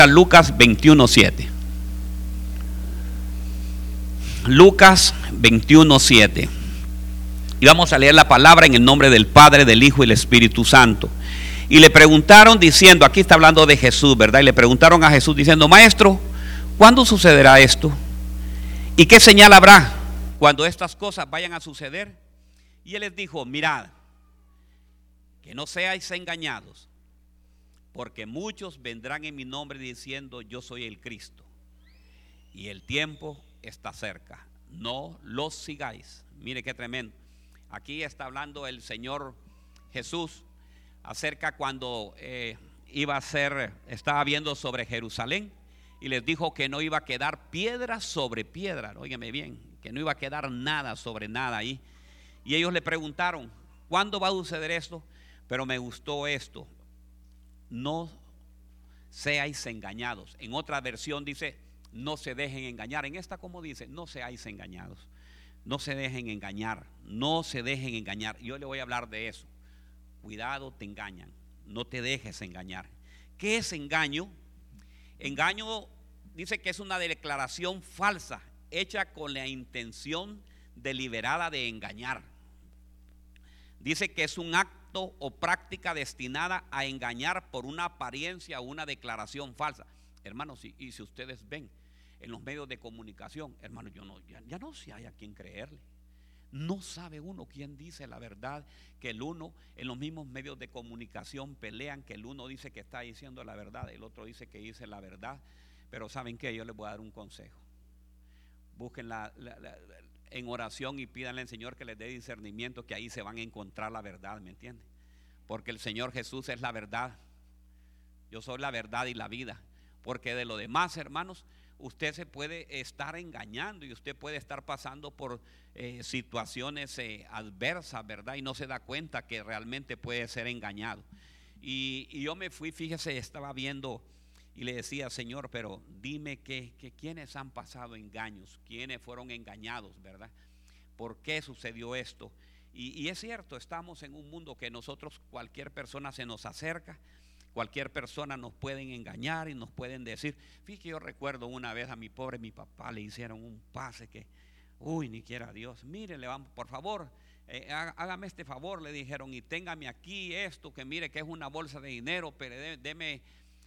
Lucas 21:7. Lucas 21:7. Y vamos a leer la palabra en el nombre del Padre, del Hijo y del Espíritu Santo. Y le preguntaron diciendo, aquí está hablando de Jesús, ¿verdad? Y le preguntaron a Jesús diciendo: Maestro, ¿cuándo sucederá esto? ¿Y qué señal habrá cuando estas cosas vayan a suceder? Y él les dijo: mirad, que no seáis engañados, porque muchos vendrán en mi nombre diciendo: yo soy el Cristo, y el tiempo está cerca. No los sigáis. Mire qué tremendo. Aquí está hablando el Señor Jesús acerca cuando estaba viendo sobre Jerusalén, y les dijo que no iba a quedar piedra sobre piedra. Óigame bien, que no iba a quedar nada sobre nada ahí. Y ellos le preguntaron: ¿cuándo va a suceder esto? Pero me gustó esto: no seáis engañados. En otra versión dice: no se dejen engañar. En esta, como dice, no seáis engañados. No se dejen engañar. No se dejen engañar. Yo le voy a hablar de eso. Cuidado, te engañan. No te dejes engañar. ¿Qué es engaño? Engaño dice que es una declaración falsa hecha con la intención deliberada de engañar. Dice que es un acto o práctica destinada a engañar por una apariencia o una declaración falsa. Hermanos, y si ustedes ven en los medios de comunicación, hermanos, ya no sé a quién creerle. No sabe uno quién dice la verdad, que el uno en los mismos medios de comunicación pelean, que el uno dice que está diciendo la verdad, el otro dice que dice la verdad. Pero ¿saben qué? Yo les voy a dar un consejo. Busquen en oración y pídanle al Señor que les dé discernimiento, que ahí se van a encontrar la verdad, ¿me entienden? Porque el Señor Jesús es la verdad. Yo soy la verdad y la vida. Porque de lo demás, hermanos, usted se puede estar engañando y usted puede estar pasando por situaciones adversas, ¿verdad? Y no se da cuenta que realmente puede ser engañado. Y yo me fui, fíjese, estaba viendo y le decía: Señor, pero dime que quiénes han pasado engaños, quiénes fueron engañados, ¿verdad? ¿Por qué sucedió esto? Y es cierto, estamos en un mundo que nosotros, cualquier persona se nos acerca, cualquier persona nos pueden engañar y nos pueden decir. Fíjate, yo recuerdo una vez a mi papá le hicieron un pase que, ni quiera Dios. Mire, le vamos, por favor, hágame este favor, le dijeron, y téngame aquí esto, que mire que es una bolsa de dinero, pero deme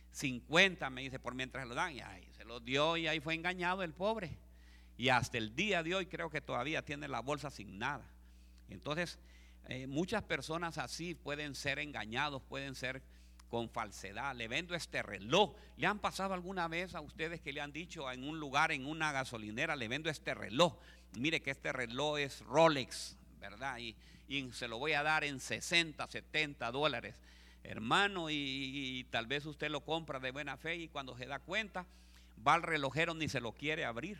50, me dice, por mientras lo dan. Y ahí se lo dio, y ahí fue engañado el pobre. Y hasta el día de hoy creo que todavía tiene la bolsa sin nada. Entonces, muchas personas así pueden ser engañados, pueden ser con falsedad. Le vendo este reloj. ¿Le han pasado alguna vez a ustedes que le han dicho en un lugar, en una gasolinera: le vendo este reloj? Mire que este reloj es Rolex, ¿verdad? Y se lo voy a dar en 60, 70 dólares. Hermano, y tal vez usted lo compra de buena fe, y cuando se da cuenta, va al relojero, ni se lo quiere abrir,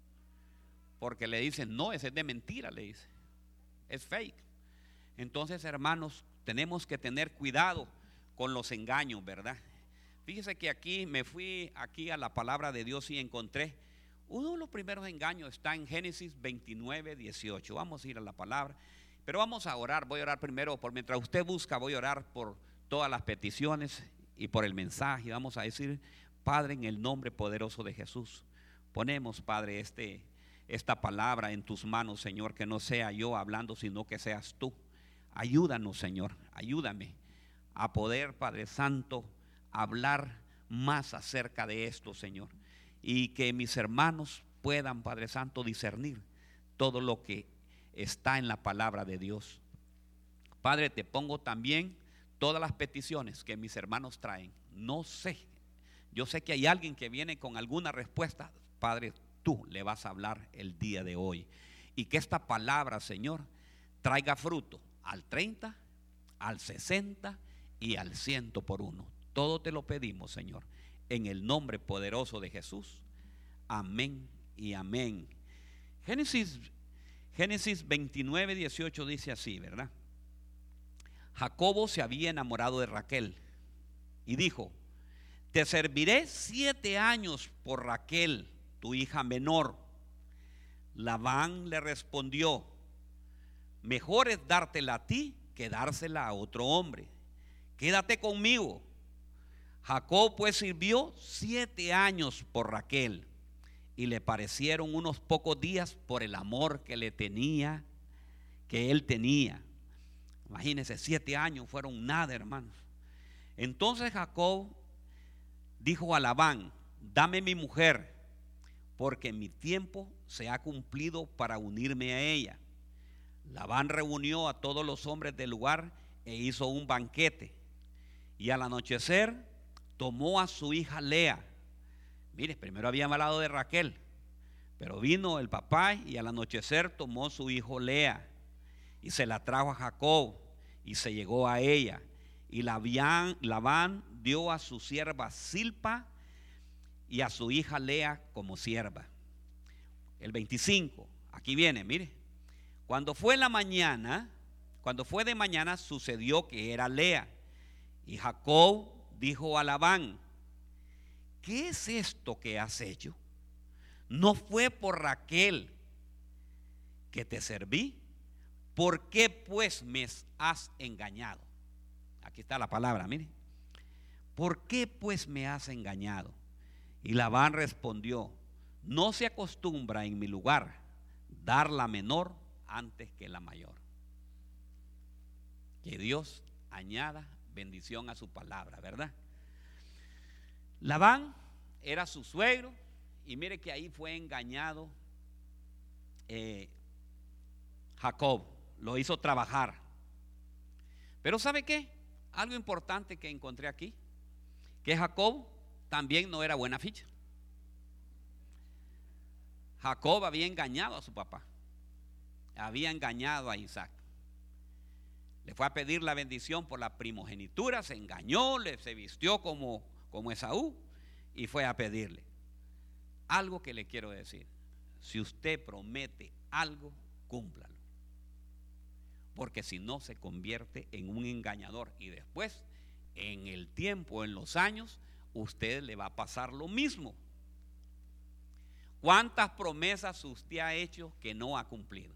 porque le dicen: no, ese es de mentira, le dice, es fake. Entonces, hermanos, tenemos que tener cuidado con los engaños, ¿verdad? Fíjese que aquí me fui a la palabra de Dios y encontré uno de los primeros engaños. Está en Génesis 29:18. Vamos a ir a la palabra, pero vamos a orar. Voy a orar primero, mientras usted busca, voy a orar por todas las peticiones y por el mensaje. Vamos a decir: Padre, en el nombre poderoso de Jesús, ponemos, Padre, esta palabra en tus manos, Señor. Que no sea yo hablando, sino que seas tú. Ayúdanos, Señor, ayúdame a poder, Padre Santo, hablar más acerca de esto, Señor, y que mis hermanos puedan, Padre Santo, discernir todo lo que está en la palabra de Dios. Padre, te pongo también todas las peticiones que mis hermanos traen. No sé, yo sé que hay alguien que viene con alguna respuesta. Padre, tú le vas a hablar el día de hoy, y que esta palabra, Señor, traiga fruto al 30, al 60 y al 100 por uno. Todo te lo pedimos, Señor, en el nombre poderoso de Jesús. Amén y amén. Génesis 29:18 dice así, ¿verdad? Jacobo se había enamorado de Raquel y dijo: te serviré 7 años por Raquel, tu hija menor. Labán le respondió: mejor es dártela a ti que dársela a otro hombre. Quédate conmigo. Jacob pues sirvió 7 años por Raquel y le parecieron unos pocos días por el amor que él tenía. Imagínense, 7 años fueron nada, hermanos. Entonces Jacob dijo a Labán: dame mi mujer, porque mi tiempo se ha cumplido para unirme a ella. Labán reunió a todos los hombres del lugar e hizo un banquete. Y al anochecer tomó a su hija Lea. Mire, primero había hablado de Raquel, pero vino el papá y al anochecer tomó su hijo Lea y se la trajo a Jacob y se llegó a ella. Y Labán dio a su sierva Zilpa y a su hija Lea como sierva. El 25, aquí viene, mire. Cuando fue de mañana sucedió que era Lea. Y Jacob dijo a Labán: ¿qué es esto que has hecho? ¿No fue por Raquel que te serví? ¿Por qué pues me has engañado? Aquí está la palabra, mire. ¿Por qué pues me has engañado? Y Labán respondió: no se acostumbra en mi lugar dar la menor antes que la mayor. Que Dios añada bendición a su palabra, ¿verdad? Labán era su suegro y mire que ahí fue engañado Jacob, lo hizo trabajar. Pero ¿sabe qué? Algo importante que encontré aquí, que Jacob también no era buena ficha. Jacob había engañado a su papá, había engañado a Isaac. Le fue a pedir la bendición por la primogenitura, se engañó, se vistió como Esaú y fue a pedirle. Algo que le quiero decir: si usted promete algo, cúmplalo, porque si no se convierte en un engañador y después en el tiempo, en los años, usted le va a pasar lo mismo. ¿Cuántas promesas usted ha hecho que no ha cumplido?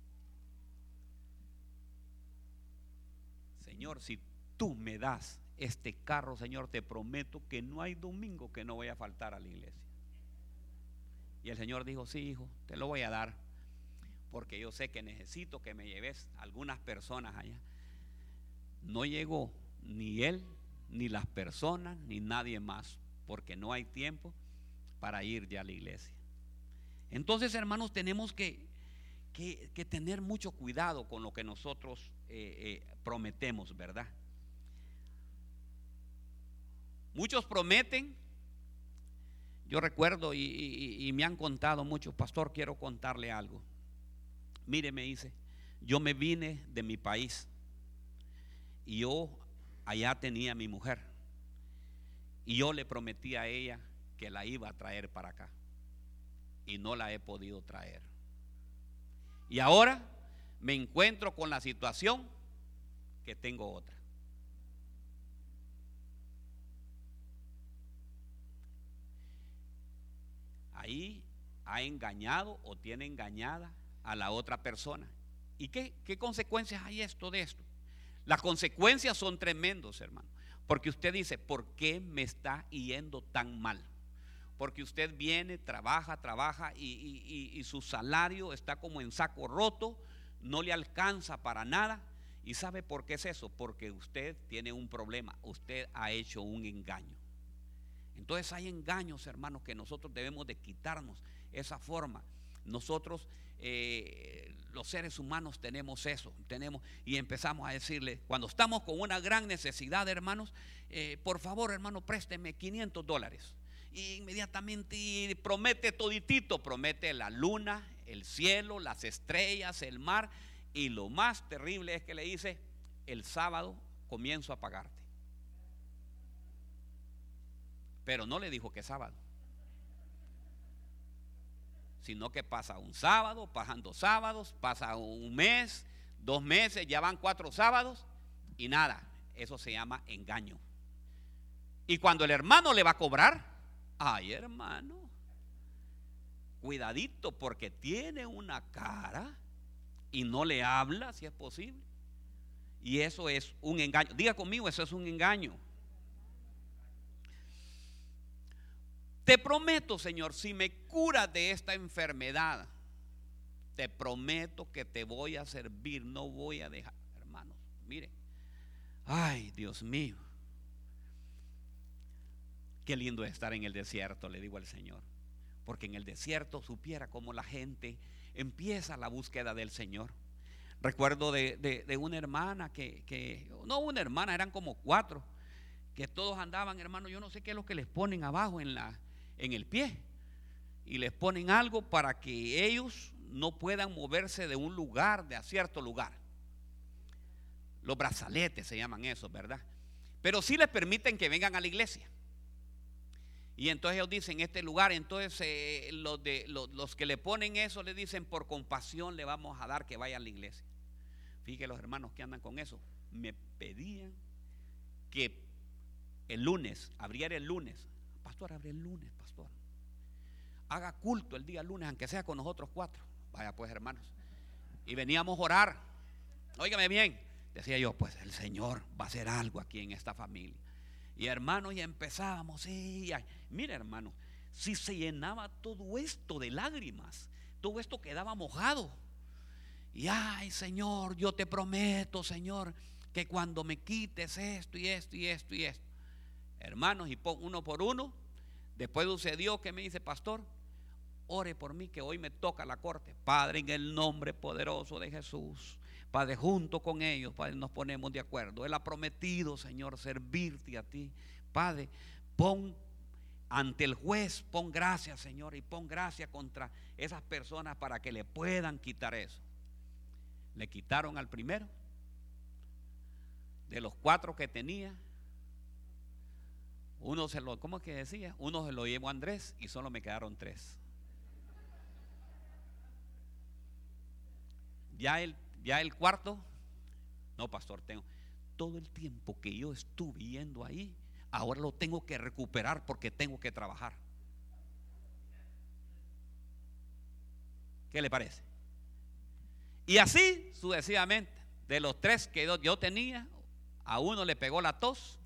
Señor, si tú me das este carro, Señor, te prometo que no hay domingo que no voy a faltar a la iglesia. Y el Señor dijo: sí, hijo, te lo voy a dar, porque yo sé que necesito que me lleves algunas personas allá. No llegó ni él, ni las personas, ni nadie más, porque no hay tiempo para ir ya a la iglesia. Entonces, hermanos, tenemos que tener mucho cuidado con lo que nosotros prometemos, ¿verdad? Muchos prometen. Yo recuerdo y me han contado mucho: pastor, quiero contarle algo. Mire, me dice, yo me vine de mi país y yo allá tenía a mi mujer y yo le prometí a ella que la iba a traer para acá y no la he podido traer. Y ahora me encuentro con la situación que tengo otra. Ahí ha engañado o tiene engañada a la otra persona. ¿Y qué consecuencias hay de esto? Las consecuencias son tremendos, hermano, porque usted dice: ¿por qué me está yendo tan mal? Porque usted viene, trabaja y su salario está como en saco roto, no le alcanza para nada. ¿Y sabe por qué es eso? Porque usted tiene un problema, usted ha hecho un engaño. Entonces hay engaños, hermanos, que nosotros debemos de quitarnos esa forma. Nosotros los seres humanos tenemos eso, y empezamos a decirle, cuando estamos con una gran necesidad, hermanos, por favor, hermano, présteme $500. Y inmediatamente promete toditito, promete la luna, el cielo, las estrellas, el mar, y lo más terrible es que le dice: el sábado comienzo a pagarte. Pero no le dijo que sábado, sino que pasa un sábado, pasan 2 sábados, pasa un mes, 2 meses, ya van 4 sábados y nada. Eso se llama engaño. Y cuando el hermano le va a cobrar, ay, hermano, cuidadito, porque tiene una cara y no le habla, si es posible. Y eso es un engaño. Diga conmigo, eso es un engaño. te prometo, Señor, si me curas de esta enfermedad, te prometo que te voy a servir, no voy a dejar. Hermanos, mire, ay, Dios mío, qué lindo es estar en el desierto, le digo al Señor, porque en el desierto supiera cómo la gente empieza la búsqueda del Señor. Recuerdo de una hermana no una hermana, eran como 4, que todos andaban, hermano, yo no sé qué es lo que les ponen abajo en el pie, y les ponen algo para que ellos no puedan moverse de un lugar, de a cierto lugar. Los brazaletes se llaman esos, ¿verdad? Pero sí les permiten que vengan a la iglesia. Y entonces ellos dicen, este lugar, entonces los que le ponen eso le dicen, por compasión le vamos a dar que vaya a la iglesia. Fíjense los hermanos que andan con eso, me pedían que el lunes, abriera el lunes. Pastor, abre el lunes, pastor. Haga culto el día lunes, aunque sea con nosotros 4. Vaya pues, hermanos. Y veníamos a orar. Óigame bien, decía yo, pues el Señor va a hacer algo aquí en esta familia. Y hermanos, ya empezábamos, sí, mira hermanos, si se llenaba todo esto de lágrimas, todo esto quedaba mojado. Y ay, Señor, yo te prometo, Señor, que cuando me quites esto y esto y esto y esto. Hermanos, y uno por uno, después sucedió que me dice, pastor, ore por mí que hoy me toca la corte. Padre, en el nombre poderoso de Jesús, Padre, junto con ellos, Padre, nos ponemos de acuerdo. Él ha prometido, Señor, servirte a ti. Padre, pon ante el juez, pon gracia, Señor, y pon gracia contra esas personas para que le puedan quitar eso. Le quitaron al primero. De los 4 que tenía, ¿cómo es que decía? Uno se lo llevó a Andrés y solo me quedaron 3. Ya el cuarto, no, pastor, tengo todo el tiempo que yo estuve yendo ahí, ahora lo tengo que recuperar porque tengo que trabajar. ¿Qué le parece? Y así sucesivamente, de los 3 que yo tenía, a uno le pegó la tos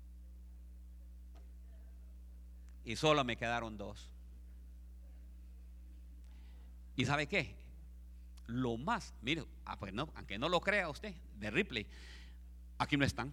y solo me quedaron 2. ¿Y sabe qué? Lo más, mire, pues no, aunque no lo crea usted, de Ripley, aquí no están.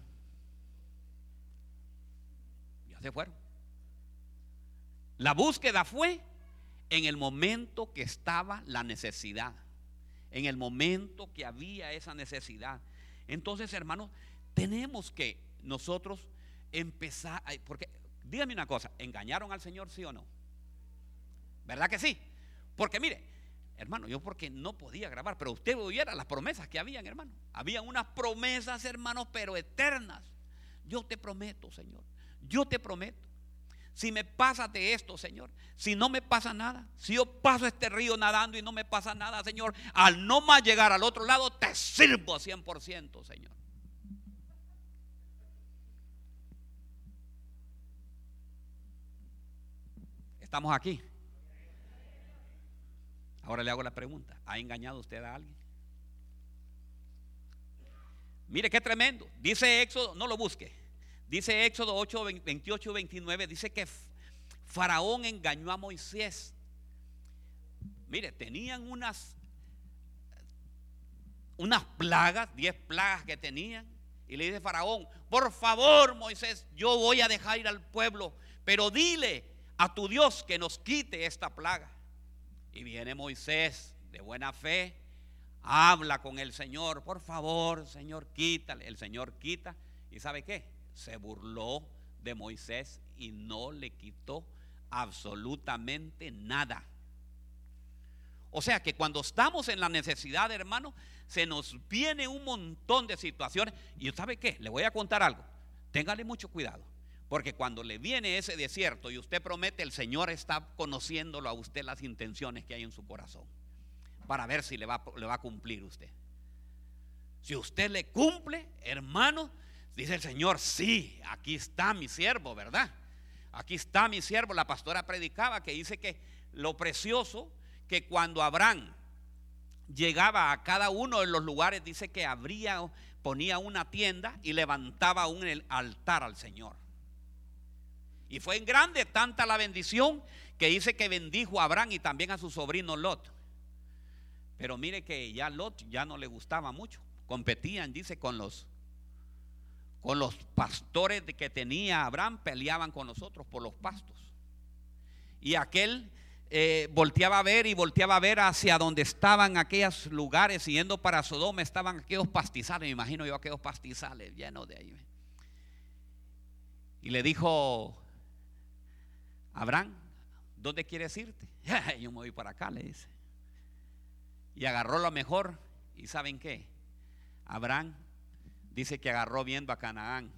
Ya se fueron. La búsqueda fue en el momento que estaba la necesidad, en el momento que había esa necesidad. Entonces, hermanos, tenemos que nosotros empezar, porque dígame una cosa, ¿engañaron al Señor, sí o no? ¿Verdad que sí? Porque mire, hermano, yo porque no podía grabar, pero usted oyera las promesas que habían, hermano. Habían unas promesas, hermanos, pero eternas. Yo te prometo, Señor, yo te prometo, si me pasas de esto, Señor, si no me pasa nada, si yo paso este río nadando y no me pasa nada, Señor, al no más llegar al otro lado, te sirvo 100%, Señor. Estamos aquí. Ahora le hago la pregunta, ¿ha engañado usted a alguien? Mire qué tremendo. Dice Éxodo, no lo busque. Dice Éxodo 8, 28 y 29, dice que Faraón engañó a Moisés. Mire, tenían unas plagas, 10 plagas que tenían. Y le dice Faraón, por favor, Moisés, yo voy a dejar ir al pueblo, pero dile a tu Dios que nos quite esta plaga. Y viene Moisés de buena fe, habla con el Señor, por favor, Señor, quítale. El Señor quita, y ¿sabe qué? Se burló de Moisés y no le quitó absolutamente nada. O sea que cuando estamos en la necesidad, hermano, se nos viene un montón de situaciones. Y ¿sabe qué? Le voy a contar algo. Téngale mucho cuidado, porque cuando le viene ese desierto y usted promete, el Señor está conociéndolo a usted las intenciones que hay en su corazón, para ver si le va a cumplir usted. Si usted le cumple, hermano, dice el Señor, sí, aquí está mi siervo, ¿verdad? Aquí está mi siervo. La pastora predicaba que dice que lo precioso, que cuando Abraham llegaba a cada uno de los lugares, dice que ponía una tienda y levantaba un altar al Señor. Y fue en grande tanta la bendición que dice que bendijo a Abraham y también a su sobrino Lot. Pero mire que ya Lot ya no le gustaba mucho. Competían, dice, con los pastores que tenía Abraham, peleaban con nosotros por los pastos. Y aquel volteaba a ver hacia donde estaban aquellos lugares, yendo para Sodoma, estaban aquellos pastizales. Me imagino yo aquellos pastizales llenos de ahí. Y le dijo Abraham: ¿dónde quieres irte? Yo me voy para acá, le dice. Y agarró lo mejor. ¿Y saben qué? Abraham dice que agarró viendo a Canaán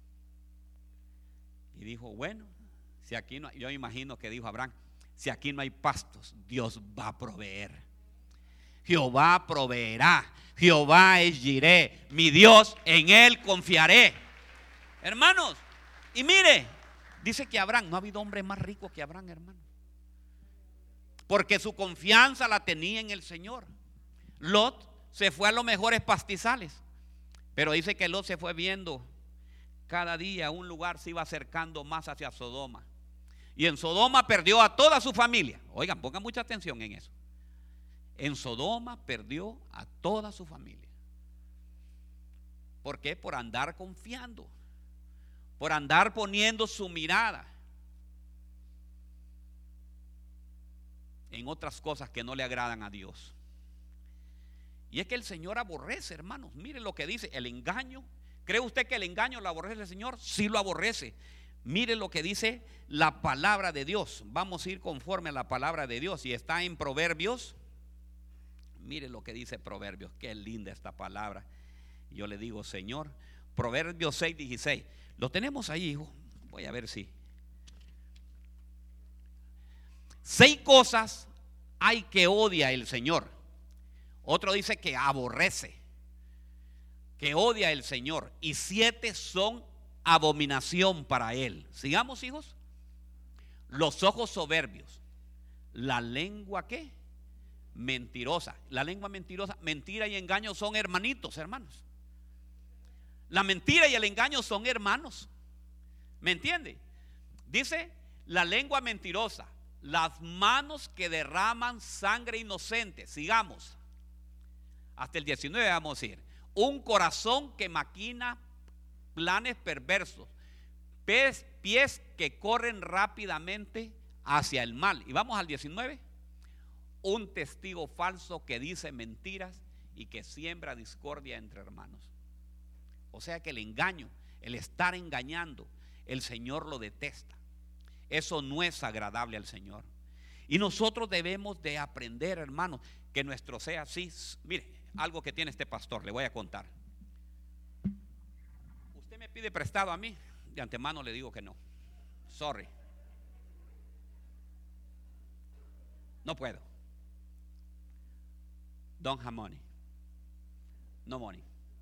y dijo: bueno, si aquí no, yo imagino que dijo Abraham: si aquí no hay pastos, Dios va a proveer. Jehová proveerá. Jehová es Jireh, mi Dios, en él confiaré. Hermanos, y mire, dice que Abraham, no ha habido hombre más rico que Abraham, hermano, porque su confianza la tenía en el Señor. Lot se fue a los mejores pastizales, pero dice que Lot se fue viendo cada día un lugar, se iba acercando más hacia Sodoma. Y en Sodoma perdió a toda su familia. Oigan, pongan mucha atención en eso. En Sodoma perdió a toda su familia. ¿Por qué? Por andar confiando, por andar poniendo su mirada en otras cosas que no le agradan a Dios. Y es que el Señor aborrece, hermanos. Mire lo que dice: el engaño. ¿Cree usted que el engaño lo aborrece el Señor? Sí lo aborrece. Mire lo que dice la palabra de Dios. Vamos a ir conforme a la palabra de Dios. Y está en Proverbios. Mire lo que dice Proverbios. Qué linda esta palabra. Yo le digo, Señor, Proverbios 6:16. Lo tenemos ahí, hijo. Voy a ver si. 6 cosas hay que odia el Señor. Otro dice que aborrece, que odia el Señor. Y 7 son abominación para él. Sigamos, hijos. Los ojos soberbios. La lengua, ¿qué? Mentirosa. La lengua mentirosa. Mentira y engaño son hermanitos, hermanos. La mentira y el engaño son hermanos. ¿Me entiende? Dice la lengua mentirosa. Las manos que derraman sangre inocente. Sigamos. Hasta el 19 vamos a ir. Un corazón que maquina planes perversos. Pies que corren rápidamente hacia el mal. Y vamos al 19. Un testigo falso que dice mentiras y que siembra discordia entre hermanos. O sea que el engaño, el estar engañando, el Señor lo detesta. Eso no es agradable al Señor. Y nosotros debemos de aprender, hermanos, que nuestro sea así. Mire, algo que tiene este pastor, le voy a contar. Usted me pide prestado a mí, de antemano le digo que no. Sorry. No puedo. Don't have money. No money.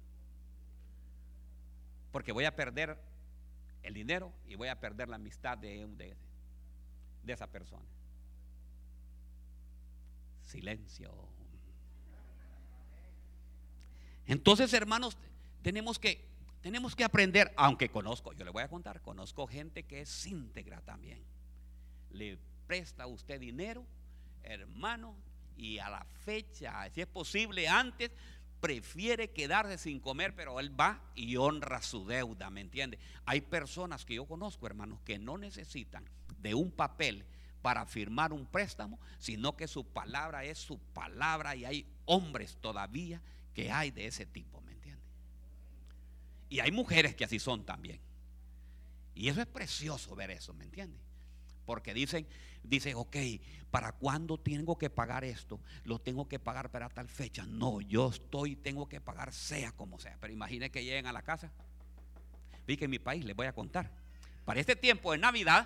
Porque voy a perder el dinero y voy a perder la amistad de esa persona. Silencio. Entonces, hermanos, tenemos que aprender. Aunque conozco, yo le voy a contar, conozco gente que es íntegra también. Le presta a usted dinero, hermano, y a la fecha, si es posible antes, prefiere quedarse sin comer, pero él va y honra su deuda, ¿me entiende? Hay personas que yo conozco, hermanos, que no necesitan de un papel para firmar un préstamo, sino que su palabra es su palabra. Y hay hombres todavía que hay de ese tipo, ¿me entiende? Y hay mujeres que así son también. Y eso es precioso ver eso, ¿me entiende? Porque dicen, ok, ¿para cuándo tengo que pagar esto? Lo tengo que pagar para tal fecha. No, tengo que pagar sea como sea. Pero imaginen que lleguen a la casa. Vi que en mi país, les voy a contar, para este tiempo de Navidad,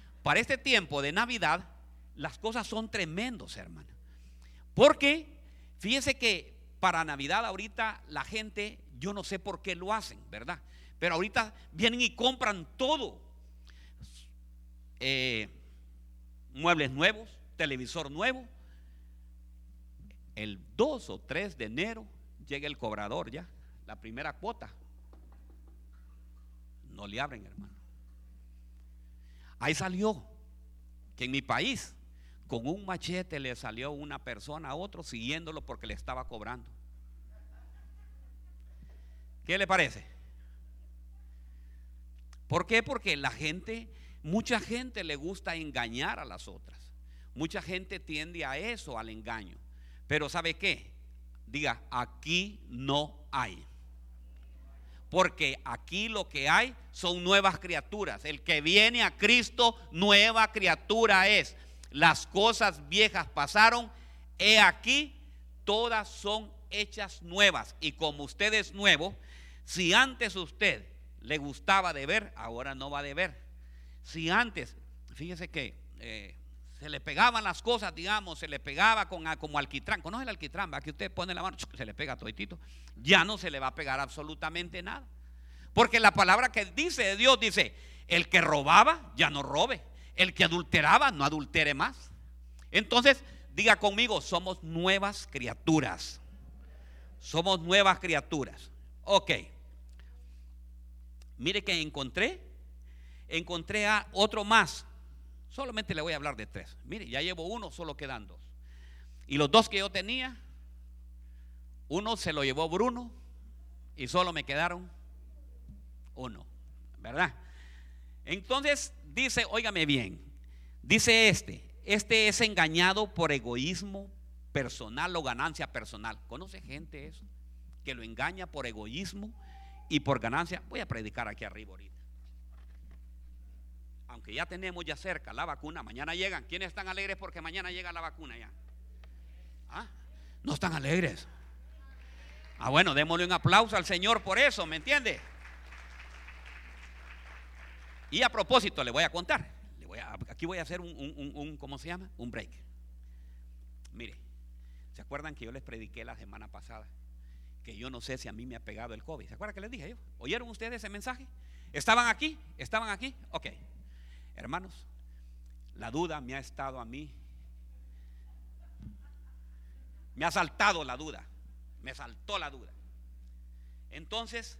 las cosas son tremendos, hermano. Porque fíjense que para Navidad ahorita la gente, yo no sé por qué lo hacen, ¿verdad? Pero ahorita vienen y compran todo. Muebles nuevos, televisor nuevo. El 2 o 3 de enero llega el cobrador ya, la primera cuota. No le abren, hermano. Ahí salió que en mi país con un machete le salió una persona a otro siguiéndolo porque le estaba cobrando. ¿Qué le parece? ¿Por qué? Porque mucha gente le gusta engañar a las otras. Mucha gente tiende a eso, al engaño. Pero ¿sabe qué? Diga, aquí no hay. Porque aquí lo que hay son nuevas criaturas. El que viene a Cristo, nueva criatura es. Las cosas viejas pasaron, he aquí, todas son hechas nuevas. Y como usted es nuevo, si antes usted le gustaba de ver, ahora no va a ver. Si antes, fíjese que se le pegaban las cosas, digamos, se le pegaba como alquitrán. ¿Conoce el alquitrán? Va que usted pone la mano, se le pega toditito. Ya no se le va a pegar absolutamente nada. Porque la palabra que dice de Dios dice: el que robaba, ya no robe. El que adulteraba, no adultere más. Entonces, diga conmigo, somos nuevas criaturas. Somos nuevas criaturas. Ok. Mire que encontré a otro más. Solamente le voy a hablar de 3. Mire, ya llevo uno, solo quedan 2. Y los 2 que yo tenía, uno se lo llevó Bruno y solo me quedaron 1, ¿verdad? Entonces dice, óigame bien, dice este es engañado por egoísmo personal o ganancia personal. ¿Conoce gente eso? Que lo engaña por egoísmo y por ganancia. Voy a predicar aquí arriba ahorita. Aunque ya tenemos ya cerca la vacuna, mañana llegan. ¿Quiénes están alegres porque mañana llega la vacuna ya? ¿Ah? ¿No están alegres? Ah, bueno, démosle un aplauso al Señor por eso, ¿me entiende? Y a propósito, le voy a contar. Aquí voy a hacer ¿cómo se llama? Un break. Mire, ¿se acuerdan que yo les prediqué la semana pasada que yo no sé si a mí me ha pegado el COVID? ¿Se acuerdan que les dije yo? ¿Oyeron ustedes ese mensaje? ¿Estaban aquí? ¿Estaban aquí? Ok. Hermanos, la duda me ha estado a mí. Me ha asaltado la duda. Me saltó la duda. Entonces,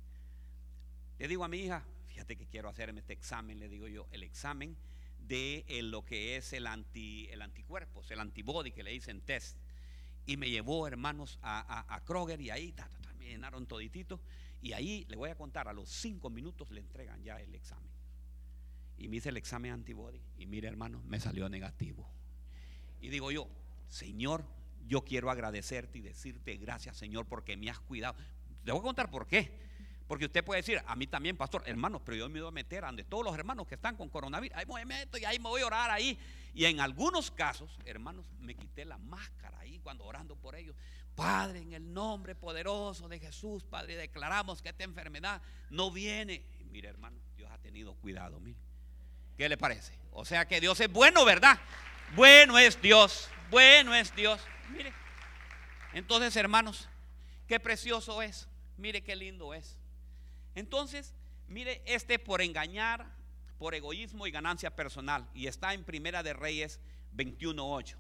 le digo a mi hija, fíjate que quiero hacerme este examen, le digo yo, el examen de lo que es el anticuerpos, el antibody que le dicen test. Y me llevó, hermanos, a Kroger y ahí me llenaron toditito. Y ahí le voy a contar, a los 5 minutos le entregan ya el examen. Y me hice el examen antibody y mire, hermano, me salió negativo. Y digo yo, Señor, yo quiero agradecerte y decirte gracias, Señor, porque me has cuidado. Le voy a contar por qué. Porque usted puede decir, a mí también, pastor, hermanos, pero yo me voy a meter ante todos los hermanos que están con coronavirus. Ahí me meto y ahí me voy a orar ahí. Y en algunos casos, hermanos, me quité la máscara ahí cuando orando por ellos. Padre, en el nombre poderoso de Jesús, Padre, declaramos que esta enfermedad no viene. Y mire, hermano, Dios ha tenido cuidado, mire. ¿Qué le parece? O sea que Dios es bueno, ¿verdad? Bueno es Dios, bueno es Dios. Mire, entonces, hermanos, qué precioso es. Mire qué lindo es. Entonces, mire, por engañar, por egoísmo y ganancia personal. Y está en Primera de Reyes 21:8.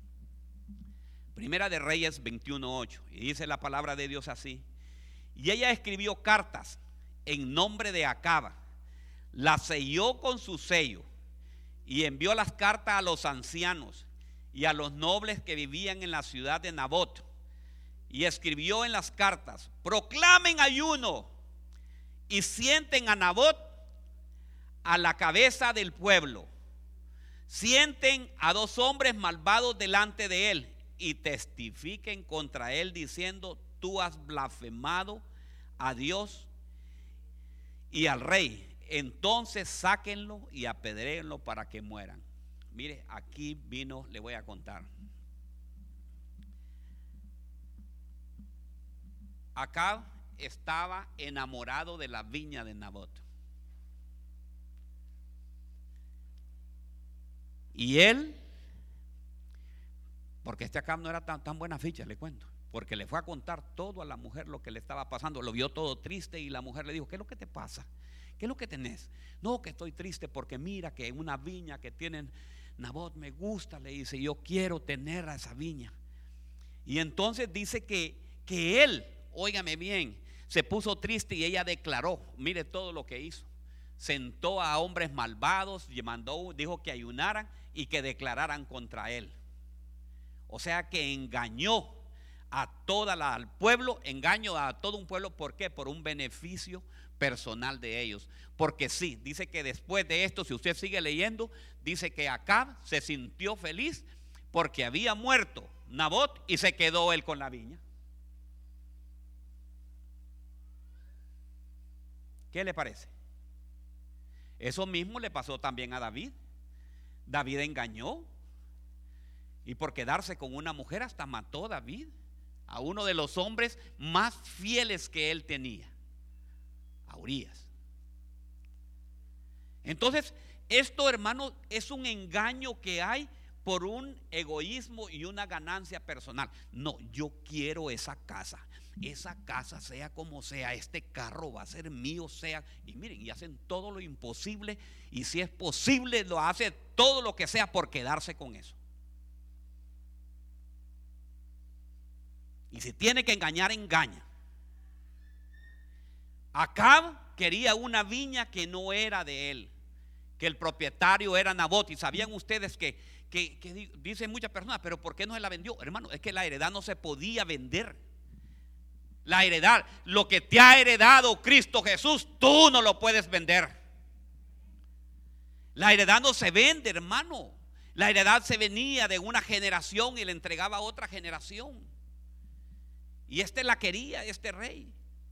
Primera de Reyes 21:8. Y dice la palabra de Dios así: y ella escribió cartas en nombre de Acaba, las selló con su sello y envió las cartas a los ancianos y a los nobles que vivían en la ciudad de Nabot. Y escribió en las cartas: proclamen ayuno y sienten a Nabot a la cabeza del pueblo. Sienten a 2 hombres malvados delante de él y testifiquen contra él diciendo: tú has blasfemado a Dios y al rey. Entonces sáquenlo y apedréenlo para que mueran. Mire, aquí vino, le voy a contar. Acab estaba enamorado de la viña de Nabot. Y él, porque este Acab no era tan buena ficha, le cuento, porque le fue a contar todo a la mujer lo que le estaba pasando. Lo vio todo triste y la mujer le dijo: ¿qué es lo que te pasa? ¿Qué es lo que tenés? No, que estoy triste porque mira que una viña que tienen Nabot me gusta, le dice, yo quiero tener a esa viña. Y entonces dice que él, óigame bien, se puso triste y ella declaró, mire todo lo que hizo. sentó a hombres malvados y dijo que ayunaran y que declararan contra él. O sea que engañó al pueblo, engañó a todo un pueblo. ¿Por qué? Por un beneficio personal de ellos. Porque sí, dice que después de esto, si usted sigue leyendo, dice que Acab se sintió feliz porque había muerto Nabot y se quedó él con la viña. ¿Qué le parece? Eso mismo le pasó también a David. David engañó y por quedarse con una mujer hasta mató a David, a uno de los hombres más fieles que él tenía, a Urías. Entonces, esto, hermano, es un engaño que hay por un egoísmo y una ganancia personal. No, yo quiero esa casa sea como sea, este carro va a ser mío, sea. Y miren, y hacen todo lo imposible, y si es posible lo hace todo lo que sea por quedarse con eso. Y si tiene que engañar, engaña. Acab quería una viña que no era de él, que el propietario era Nabot. Y sabían ustedes que dicen muchas personas, pero ¿por qué no se la vendió? Hermano, es que la heredad no se podía vender. La heredad, lo que te ha heredado Cristo Jesús, tú no lo puedes vender. La heredad no se vende, hermano. La heredad se venía de una generación y le entregaba a otra generación. Y la quería, este rey.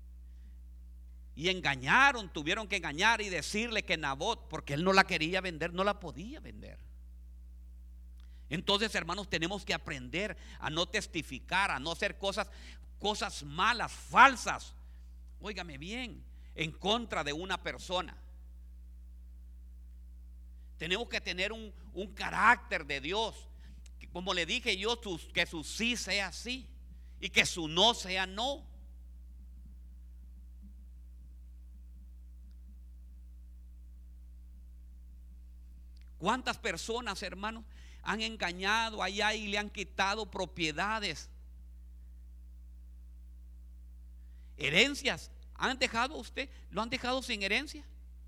Y engañaron, tuvieron que engañar y decirle que Nabot, porque él no la quería vender, no la podía vender. Entonces, hermanos, tenemos que aprender a no testificar, a no hacer cosas malas, falsas, óigame bien, en contra de una persona. Tenemos que tener un carácter de Dios, que, como le dije yo, que su sí sea sí y que su no sea no. ¿Cuántas personas, hermanos, han engañado allá y le han quitado propiedades? Herencias. ¿Han dejado usted? ¿Lo han dejado sin herencia?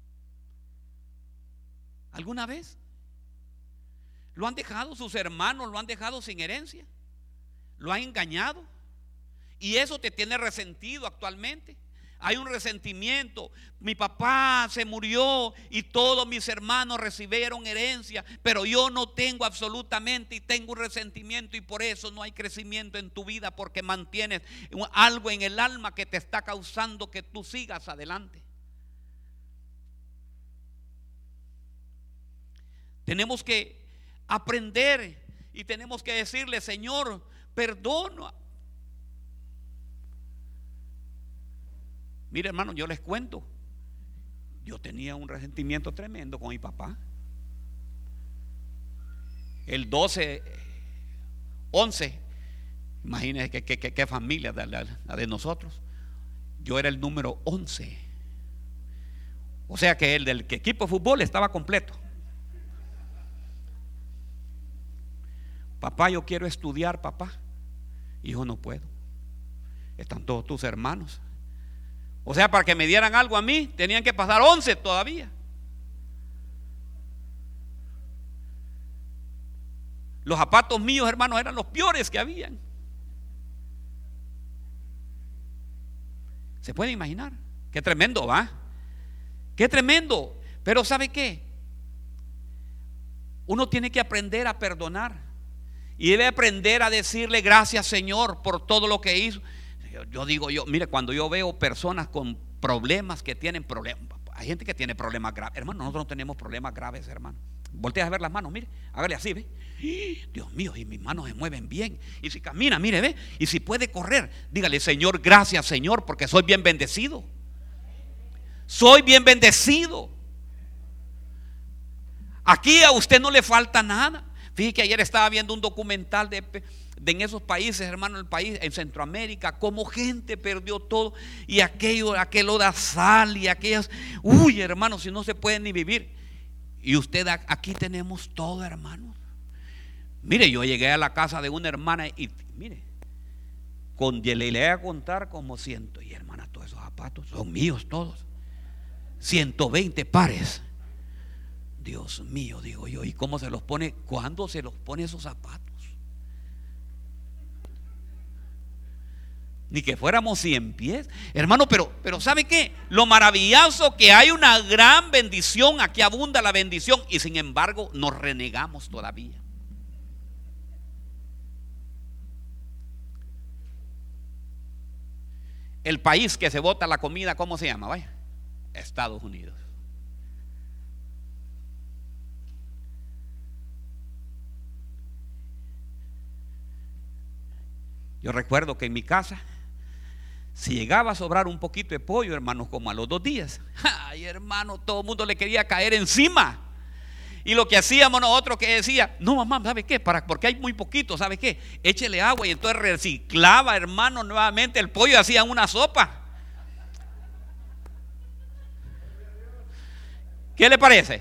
¿Alguna vez? ¿Lo han dejado? ¿Sus hermanos lo han dejado sin herencia? ¿Lo han engañado? Y eso te tiene resentido actualmente. Hay un resentimiento. Mi papá se murió y todos mis hermanos recibieron herencia, pero yo no tengo absolutamente, y tengo un resentimiento, y por eso no hay crecimiento en tu vida, porque mantienes algo en el alma que te está causando que tú sigas adelante. Tenemos que aprender y tenemos que decirle: Señor, perdona. Mire, hermano, yo les cuento, yo tenía un resentimiento tremendo con mi papá. El 12-11, imagínense qué familia la de nosotros. Yo era el número 11. O sea que el del equipo de fútbol estaba completo. Papá, yo quiero estudiar, papá. Hijo, no puedo. Están todos tus hermanos. O sea, para que me dieran algo a mí, tenían que pasar 11 todavía. Los zapatos míos, hermanos, eran los peores que habían. ¿Se puede imaginar? Qué tremendo, ¿va? Qué tremendo. Pero ¿sabe qué? Uno tiene que aprender a perdonar y debe aprender a decirle: gracias, Señor, por todo lo que hizo. Yo digo, mire, cuando yo veo personas con problemas, que tienen problemas, hay gente que tiene problemas graves, hermano. Nosotros no tenemos problemas graves, hermano. Voltea a ver las manos, mire, hágale así, ve. Dios mío, y mis manos se mueven bien. Y si camina, mire, ve. Y si puede correr, dígale: Señor, gracias, Señor, porque soy bien bendecido. Soy bien bendecido. Aquí a usted no le falta nada. Fíjate que ayer estaba viendo un documental de en esos países, hermano, en Centroamérica, cómo gente perdió todo, y aquel odazal y aquellas, hermano, si no se puede ni vivir. Y usted, aquí tenemos todo, hermano. Mire, yo llegué a la casa de una hermana y mire, le voy a contar como 100, y hermana, todos esos zapatos son míos todos. 120 pares. Dios mío, digo yo, ¿y cómo se los pone? ¿Cuándo se los pone esos zapatos? Ni que fuéramos 100 pies, hermano. Pero ¿sabe qué? Lo maravilloso que hay una gran bendición, aquí abunda la bendición, y sin embargo nos renegamos todavía. El país que se bota la comida, ¿cómo se llama? Vaya, Estados Unidos. Yo recuerdo que en mi casa, si llegaba a sobrar un poquito de pollo, hermanos, como a los 2 días, ay, hermano, todo el mundo le quería caer encima. Y lo que hacíamos nosotros, que decía, no, mamá, ¿sabe qué? Porque hay muy poquito, ¿sabe qué? Échele agua. Y entonces reciclaba, hermano, nuevamente el pollo y hacían una sopa. ¿Qué le parece?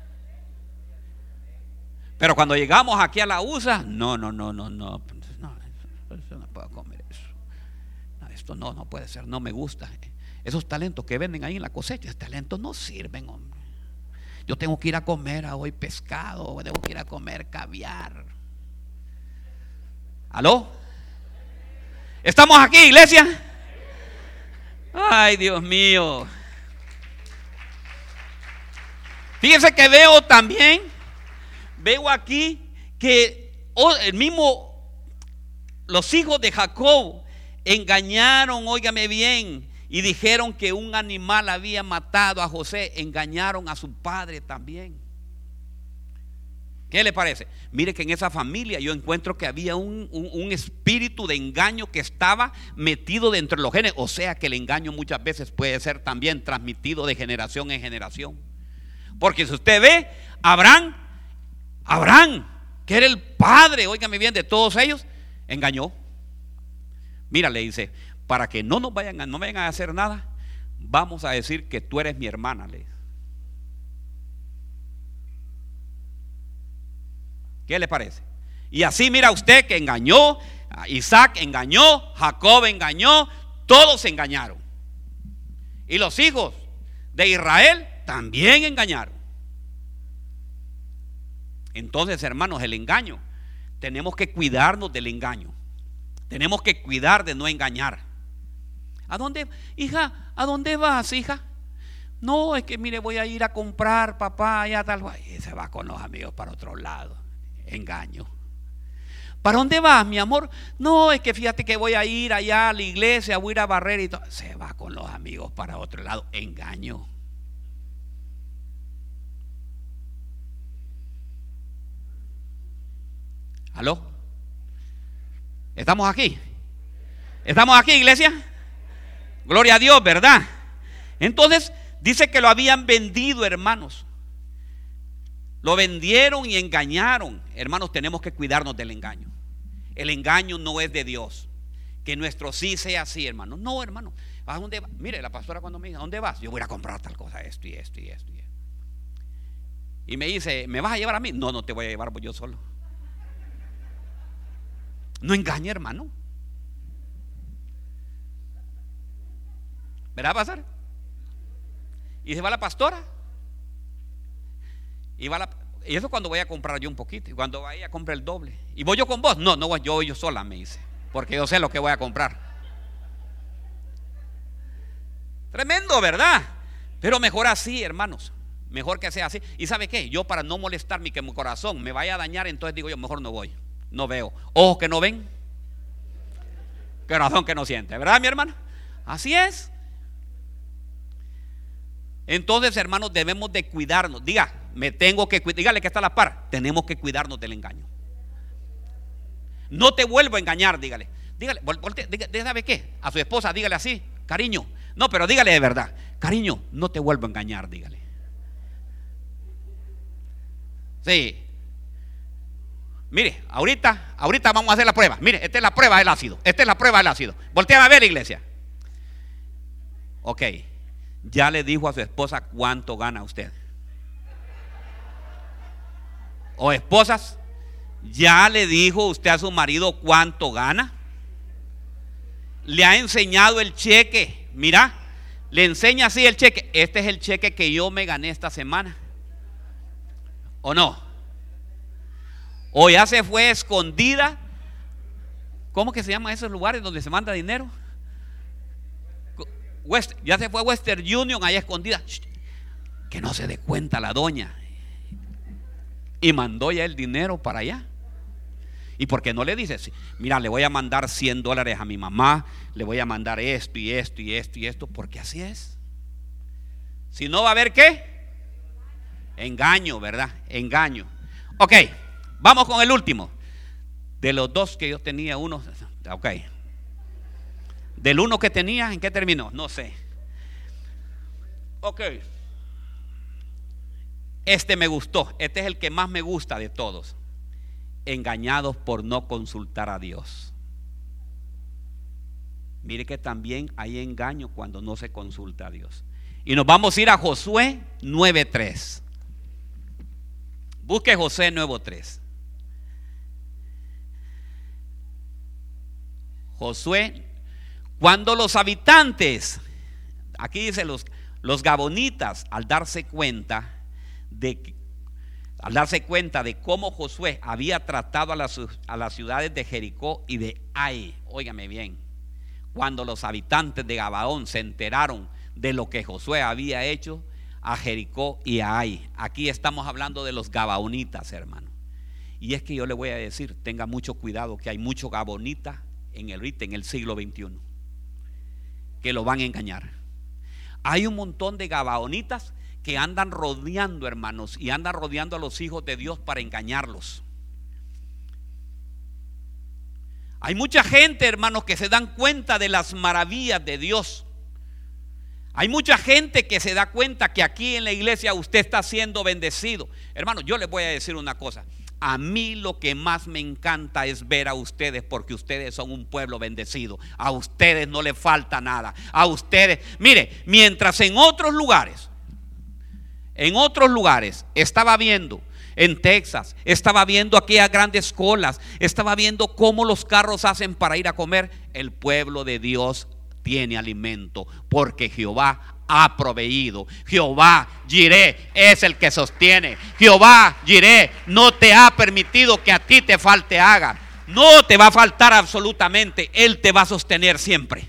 Pero cuando llegamos aquí a la USA, no puedo comer eso. No, esto no puede ser, no me gusta. Esos talentos que venden ahí en la cosecha, esos talentos no sirven, hombre. Yo tengo que ir a comer hoy pescado, tengo que ir a comer caviar. ¿Aló? ¿Estamos aquí, iglesia? Ay, Dios mío. Fíjense que veo aquí que los hijos de Jacob engañaron, óigame bien, y dijeron que un animal había matado a José. Engañaron a su padre también. ¿Qué le parece? Mire que en esa familia yo encuentro que había un espíritu de engaño que estaba metido dentro de los genes. O sea que el engaño muchas veces puede ser también transmitido de generación en generación. Porque si usted ve, Abraham, que era el padre, óigame bien, de todos ellos, engañó. Mira, le dice, para que no vayan a hacer nada, vamos a decir que tú eres mi hermana, le dice. ¿Qué le parece? Y así mira usted que engañó, Isaac engañó, Jacob engañó, todos se engañaron. Y los hijos de Israel también engañaron. Entonces, hermanos, el engaño, tenemos que cuidarnos del engaño. Tenemos que cuidar de no engañar. ¿A dónde, hija? ¿A dónde vas, hija? No, es que mire, voy a ir a comprar, papá, allá tal. Y se va con los amigos para otro lado. Engaño. ¿Para dónde vas, mi amor? No, es que fíjate que voy a ir allá a la iglesia, voy a ir a barrer y todo. Se va con los amigos para otro lado. Engaño. ¿Aló? ¿Estamos aquí? ¿Estamos aquí, iglesia? Gloria a Dios, ¿verdad? Entonces dice que lo habían vendido, hermanos. Lo vendieron y engañaron. Hermanos, tenemos que cuidarnos del engaño. El engaño no es de Dios. Que nuestro sí sea así, hermano. No, hermano. ¿A dónde vas? Mire, la pastora cuando me dice, ¿a dónde vas? Yo voy a comprar tal cosa, esto y esto y esto. Y me dice, ¿me vas a llevar a mí? No, no te voy a llevar yo solo. No engañe, hermano. ¿Verá pasar? Y se va la pastora. Y eso cuando voy a comprar yo un poquito. Y cuando vaya a comprar el doble. ¿Y voy yo con vos? No voy yo sola, me dice. Porque yo sé lo que voy a comprar. Tremendo, ¿verdad? Pero mejor así, hermanos. Mejor que sea así. ¿Y sabe qué? Yo, para no molestarme y que mi corazón me vaya a dañar, entonces digo yo, mejor no voy. No veo. Ojos que no ven, corazón que no siente. ¿Verdad, mi hermano? Así es. Entonces, hermanos, debemos de cuidarnos. Dígale que está a la par. Tenemos que cuidarnos del engaño. No te vuelvo a engañar, dígale. ¿Sabe qué? A su esposa, dígale así, cariño. No, pero dígale de verdad, cariño, no te vuelvo a engañar, dígale. Sí. Mire, ahorita vamos a hacer la prueba. Mire, esta es la prueba del ácido. Voltea a ver, iglesia. Ok. Ya le dijo a su esposa cuánto gana usted. O esposas, ya le dijo usted a su marido cuánto gana. Le ha enseñado el cheque. Mira, le enseña así el cheque. Este es el cheque que yo me gané esta semana, ¿o no? O ya se fue escondida. ¿Cómo que se llama esos lugares donde se manda dinero? Ya se fue a Western Union, allá escondida. Que no se dé cuenta la doña. Y mandó ya el dinero para allá. ¿Y por qué no le dices? Mira, le voy a mandar $100 a mi mamá, le voy a mandar esto y esto y esto y esto, porque así es. Si no va a haber ¿qué? Engaño, ¿verdad? Engaño. Ok, vamos con el último. De los dos que yo tenía, uno. Ok. Del uno que tenía, ¿en qué terminó? No sé. Ok. Este me gustó. Este es el que más me gusta de todos. Engañados por no consultar a Dios. Mire que también hay engaño cuando no se consulta a Dios. Y nos vamos a ir a Josué 9:3. Busque Josué 9:3. Josué, cuando los habitantes, aquí dice los gabonitas, al darse cuenta de cómo Josué había tratado a las ciudades de Jericó y de Ai, óigame bien, cuando los habitantes de Gabaón se enteraron de lo que Josué había hecho a Jericó y a Ai. Aquí estamos hablando de los gabaonitas, hermano. Y es que yo le voy a decir, tenga mucho cuidado, que hay muchos gabonitas en el siglo XXI que lo van a engañar. Hay un montón de gabaonitas que andan rodeando, hermanos, y andan rodeando a los hijos de Dios para engañarlos. Hay mucha gente, hermanos, que se dan cuenta de las maravillas de Dios. Hay mucha gente que se da cuenta que aquí en la iglesia usted está siendo bendecido. Hermano, yo les voy a decir una cosa. A mí lo que más me encanta es ver a ustedes, porque ustedes son un pueblo bendecido. A ustedes no les falta nada. A ustedes, mire, mientras en otros lugares estaba viendo, en Texas, estaba viendo aquellas grandes colas, estaba viendo cómo los carros hacen para ir a comer. El pueblo de Dios tiene alimento, porque Jehová ha proveído. Jehová Jireh es el que sostiene. Jehová Jireh no te ha permitido que a ti te falte haga. No te va a faltar absolutamente. Él te va a sostener siempre.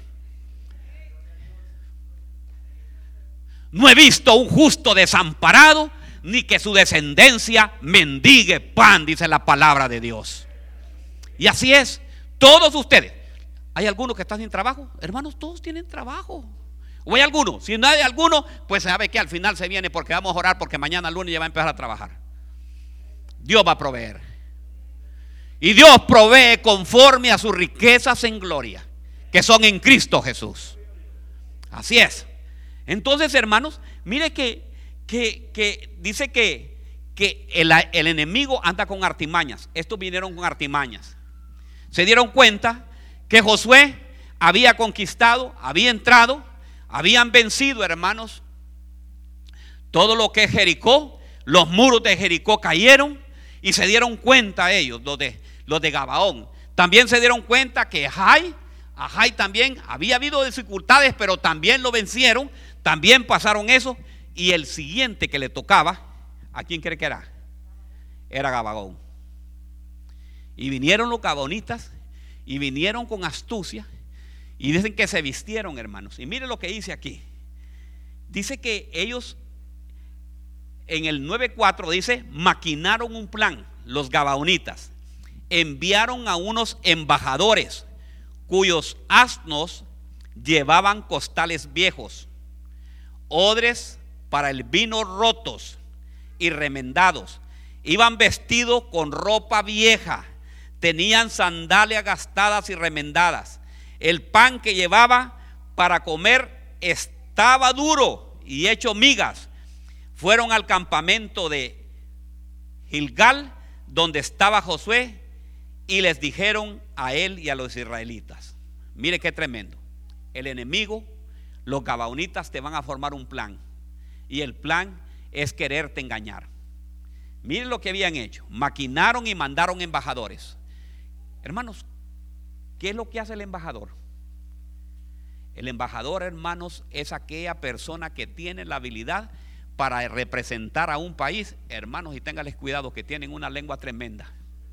No he visto un justo desamparado, ni que su descendencia mendigue pan, dice la palabra de Dios. Y así es. Todos ustedes. ¿Hay algunos que están sin trabajo? Hermanos, todos tienen trabajo. ¿O hay alguno? Si no hay alguno, pues sabe que al final se viene, porque vamos a orar, porque mañana lunes ya va a empezar a trabajar. Dios va a proveer. Y Dios provee conforme a sus riquezas en gloria, que son en Cristo Jesús. Así es. Entonces, hermanos, mire que dice que el enemigo anda con artimañas. Estos vinieron con artimañas. Se dieron cuenta que Josué había conquistado, había entrado, habían vencido, hermanos, todo lo que es Jericó. Los muros de Jericó cayeron, y se dieron cuenta ellos, los de Gabaón. También se dieron cuenta que Jai también había habido dificultades, pero también lo vencieron. También pasaron eso. Y el siguiente que le tocaba, ¿a quién cree que era? Era Gabaón. Y vinieron los gabaonitas, y vinieron con astucia, y dicen que se vistieron, hermanos. Y mire lo que dice aquí. Dice que ellos, en el 9:4 dice, maquinaron un plan. Los gabaonitas enviaron a unos embajadores cuyos asnos llevaban costales viejos, odres para el vino rotos y remendados. Iban vestidos con ropa vieja, tenían sandalias gastadas y remendadas. El pan que llevaba para comer estaba duro y hecho migas. Fueron al campamento de Gilgal, donde estaba Josué, y les dijeron a él y a los israelitas. Mire qué tremendo. El enemigo, los gabaonitas, te van a formar un plan, y el plan es quererte engañar. Miren lo que habían hecho. Maquinaron y mandaron embajadores. Hermanos, ¿qué es lo que hace el embajador? El embajador, hermanos, es aquella persona que tiene la habilidad para representar a un país. Hermanos, y téngales cuidado, que tienen una lengua tremenda.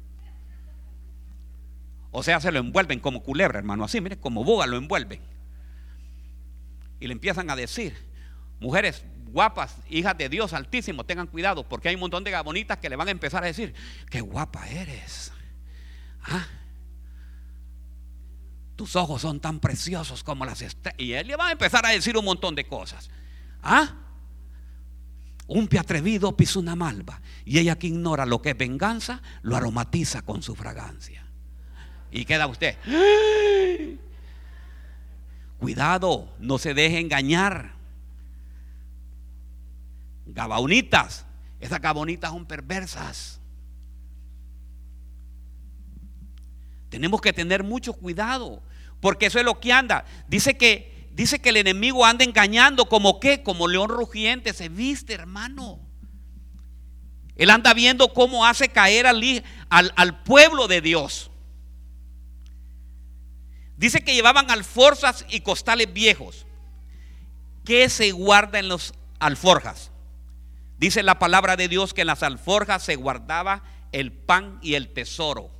O sea, se lo envuelven como culebra, hermano, así, miren, como boga lo envuelven. Y le empiezan a decir: mujeres guapas, hijas de Dios Altísimo, tengan cuidado, porque hay un montón de gabonitas que le van a empezar a decir: qué guapa eres, ¿ah? Tus ojos son tan preciosos como las estrellas. Y él le va a empezar a decir un montón de cosas. ¿Ah? Un pie atrevido pisa una malva, y ella que ignora lo que es venganza, lo aromatiza con su fragancia. Y queda usted: ¡ay! Cuidado, no se deje engañar. Gabaonitas, esas gabonitas son perversas. Tenemos que tener mucho cuidado, porque eso es lo que anda. Dice que el enemigo anda engañando, como que, como león rugiente se viste, hermano. Él anda viendo cómo hace caer al pueblo de Dios. Dice que llevaban alforjas y costales viejos. ¿Qué se guarda en los alforjas? Dice la palabra de Dios que en las alforjas se guardaba el pan y el tesoro.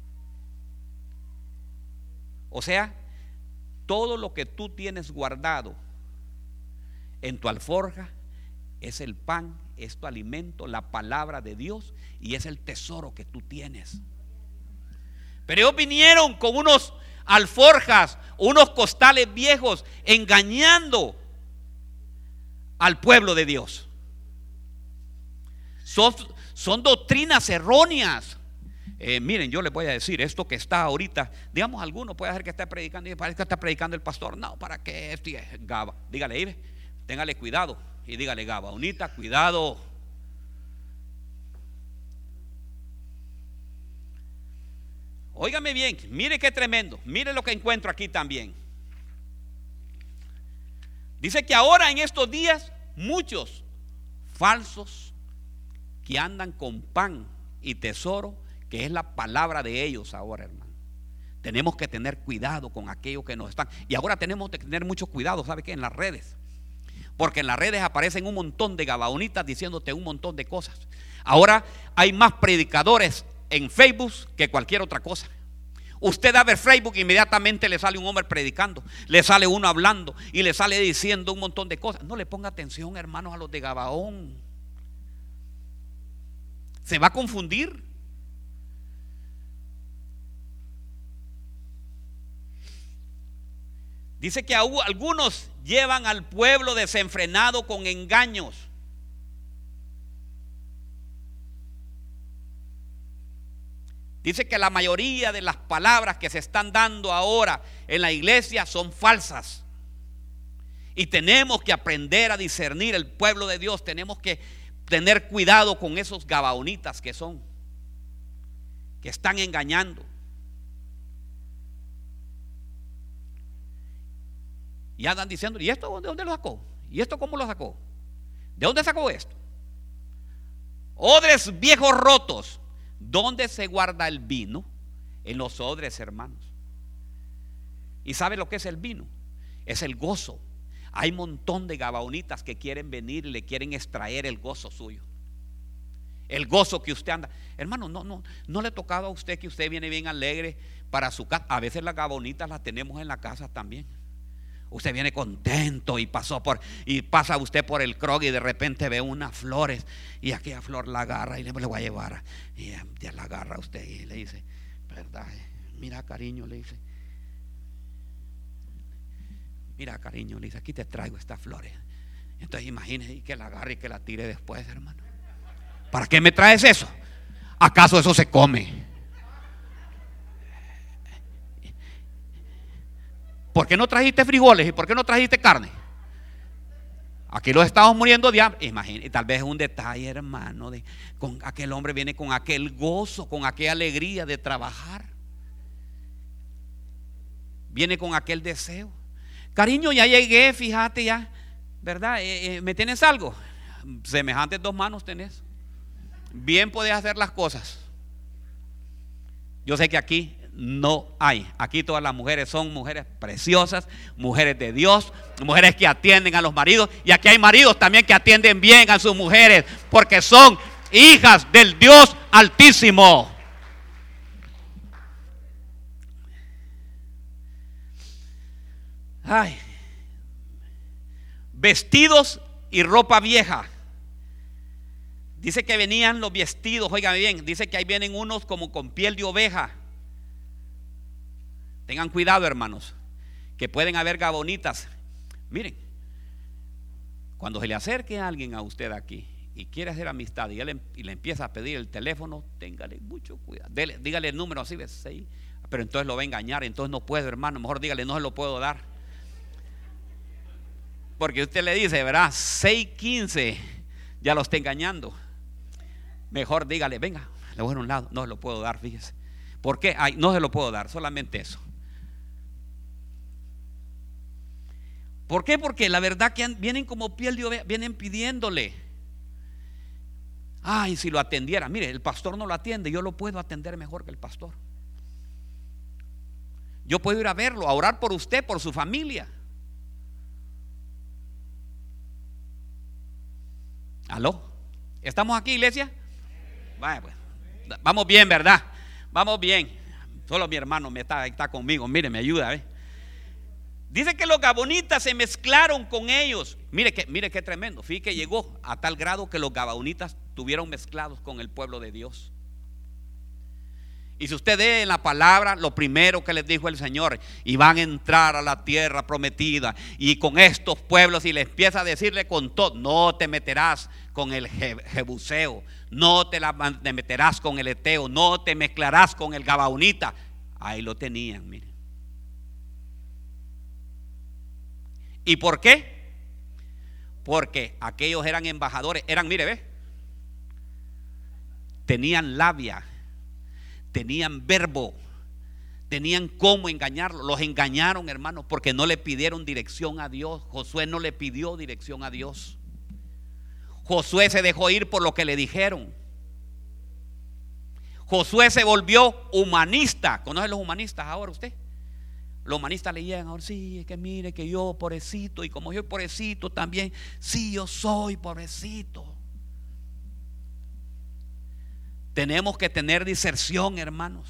O sea, todo lo que tú tienes guardado en tu alforja es el pan, es tu alimento, la palabra de Dios, y es el tesoro que tú tienes. Pero ellos vinieron con unos alforjas, unos costales viejos, engañando al pueblo de Dios. Son doctrinas erróneas. Miren, yo les voy a decir esto que está ahorita. Digamos, alguno puede ser que esté predicando y parece que está predicando el pastor. No, ¿para qué esto? Gaba, dígale, Ibe, téngale cuidado. Y dígale: Gabaonita, cuidado. Óigame bien, mire qué tremendo. Mire lo que encuentro aquí también. Dice que ahora en estos días muchos falsos que andan con pan y tesoro, que es la palabra de ellos ahora, hermano. Tenemos que tener cuidado con aquello que nos están. Y ahora tenemos que tener mucho cuidado, ¿sabe qué? En las redes. Porque en las redes aparecen un montón de gabaonitas diciéndote un montón de cosas. Ahora hay más predicadores en Facebook que cualquier otra cosa. Usted abre Facebook, inmediatamente le sale un hombre predicando, le sale uno hablando y le sale diciendo un montón de cosas. No le ponga atención, hermanos, a los de Gabaón. Se va a confundir. Dice que algunos llevan al pueblo desenfrenado con engaños. Dice que la mayoría de las palabras que se están dando ahora en la iglesia son falsas. Y tenemos que aprender a discernir el pueblo de Dios. Tenemos que tener cuidado con esos gabaonitas que están engañando. Y andan diciendo: ¿y esto de dónde lo sacó? ¿Y esto cómo lo sacó? ¿De dónde sacó esto? Odres viejos rotos. ¿Dónde se guarda el vino? En los odres, hermanos. ¿Y sabe lo que es el vino? Es el gozo. Hay un montón de gabaonitas que quieren venir y le quieren extraer el gozo suyo. El gozo que usted anda. Hermano, no le ha tocado a usted que usted viene bien alegre para su casa. A veces las gabaonitas las tenemos en la casa también. Usted viene contento y pasa usted por el Krog y de repente ve unas flores y aquella flor la agarra y le voy a llevar. Y ya la agarra usted y le dice: ¿verdad? Mira, cariño, le dice. Mira, cariño, le dice: aquí te traigo estas flores. Entonces imagínese que la agarre y que la tire después, hermano. ¿Para qué me traes eso? ¿Acaso eso se come? ¿Por qué no trajiste frijoles y por qué no trajiste carne? Aquí los estamos muriendo de hambre. Imagínate, tal vez es un detalle, hermano, con aquel hombre viene con aquel gozo, con aquella alegría de trabajar. Viene con aquel deseo. Cariño, ya llegué, fíjate ya, ¿verdad? ¿Me tienes algo? Semejantes dos manos tenés. Bien podés hacer las cosas. Yo sé que aquí no hay. Aquí todas las mujeres son mujeres preciosas, mujeres de Dios, mujeres que atienden a los maridos. Y aquí hay maridos también que atienden bien a sus mujeres, porque son hijas del Dios Altísimo. Ay. Vestidos y ropa vieja. Dice que venían los vestidos, oigan bien, dice que ahí vienen unos como con piel de oveja. Tengan cuidado, hermanos, que pueden haber gabonitas. Miren, cuando se le acerque a alguien a usted aquí y quiere hacer amistad y le empieza a pedir el teléfono, téngale mucho cuidado. Dígale el número así, ¿ves? Sí. Pero entonces lo va a engañar, entonces no puedo, hermano. Mejor dígale, no se lo puedo dar. Porque usted le dice, ¿verdad? 615, ya lo está engañando. Mejor dígale, venga, le voy a un lado. No se lo puedo dar, fíjese. ¿Por qué? Ay, no se lo puedo dar, solamente eso. ¿Por qué? Porque la verdad que vienen como piel de oveja, vienen pidiéndole. Ay, si lo atendiera. Mire, el pastor no lo atiende, yo lo puedo atender mejor que el pastor. Yo puedo ir a verlo, a orar por usted, por su familia. ¿Aló? ¿Estamos aquí, iglesia? Vaya, pues, vamos bien, ¿verdad? Vamos bien. Solo mi hermano está conmigo. Mire, me ayuda, ¿eh? Dice que los gabonitas se mezclaron con ellos. Mire qué tremendo. Fíjate que llegó a tal grado que los gabonitas estuvieron mezclados con el pueblo de Dios. Y si usted lee en la palabra, lo primero que les dijo el Señor: y van a entrar a la tierra prometida, y con estos pueblos, y le empieza a decirle con todo: no te meterás con el jebuseo, no te meterás con el eteo, no te mezclarás con el gabaonita. Ahí lo tenían, miren. ¿Y por qué? Porque aquellos eran embajadores, mire, ve, tenían labia, tenían verbo, tenían cómo engañarlo. Los engañaron, hermanos, porque no le pidieron dirección a Dios. Josué no le pidió dirección a Dios. Josué se dejó ir por lo que le dijeron. Josué se volvió humanista. ¿Conoce los humanistas ahora usted? Los humanistas le llegan ahora: sí, es que mire que yo pobrecito, y como yo pobrecito también, sí, yo soy pobrecito. Tenemos que tener diserción, hermanos.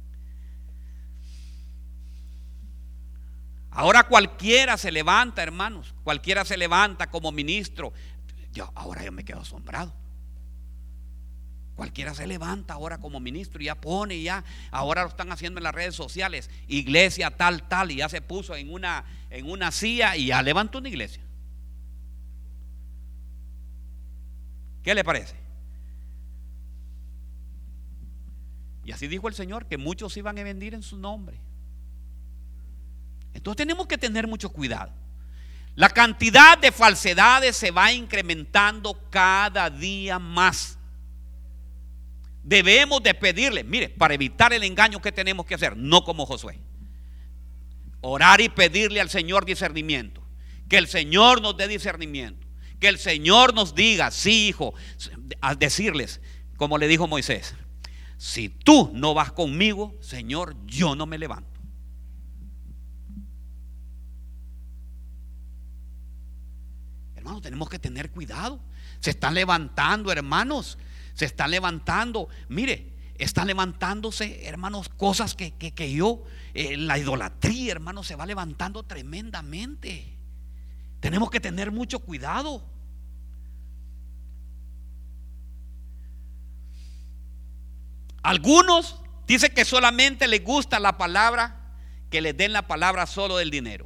Ahora cualquiera se levanta, hermanos. Cualquiera se levanta como ministro. Ahora yo me quedo asombrado. Cualquiera se levanta ahora como ministro y ya pone, ahora lo están haciendo en las redes sociales: iglesia tal, y ya se puso en una silla y ya levantó una iglesia. ¿Qué le parece? Y así dijo el Señor, que muchos iban a venir en su nombre. Entonces tenemos que tener mucho cuidado. La cantidad de falsedades se va incrementando cada día más. Debemos de pedirle, mire, para evitar el engaño, que tenemos que hacer, no como Josué: orar y pedirle al Señor discernimiento. Que el Señor nos dé discernimiento, que el Señor nos diga: sí, hijo, a decirles como le dijo Moisés: si tú no vas conmigo, Señor, yo no me levanto. Hermanos, tenemos que tener cuidado. Se están levantando, hermanos, se están levantando. Mire, están levantándose, hermanos, cosas que la idolatría, hermanos, se va levantando tremendamente. Tenemos que tener mucho cuidado. Algunos dicen que solamente les gusta la palabra, que les den la palabra solo del dinero.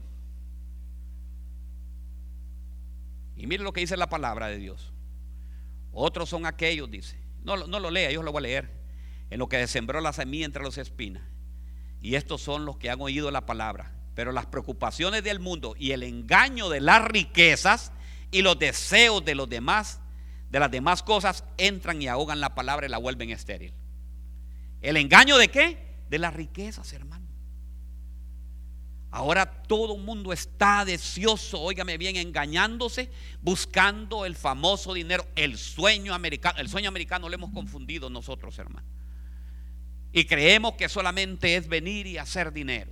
Y mire lo que dice la palabra de Dios. Otros son aquellos, dice, no lo lea, yo lo voy a leer: en lo que sembró la semilla entre las espinas. Y estos son los que han oído la palabra, pero las preocupaciones del mundo y el engaño de las riquezas y los deseos de las demás cosas entran y ahogan la palabra y la vuelven estéril. ¿El engaño de qué? De las riquezas, hermano. Ahora todo el mundo está deseoso, óigame bien, engañándose, buscando el famoso dinero, el sueño americano. El sueño americano lo hemos confundido nosotros, hermano. Y creemos que solamente es venir y hacer dinero.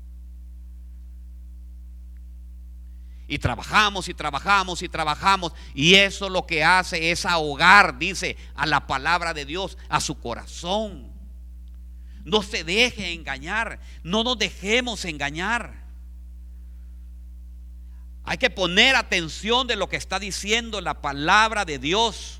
Y trabajamos y trabajamos y trabajamos. Y eso lo que hace es ahogar, dice, a la palabra de Dios, a su corazón. No se deje engañar. No nos dejemos engañar. Hay que poner atención de lo que está diciendo la palabra de Dios.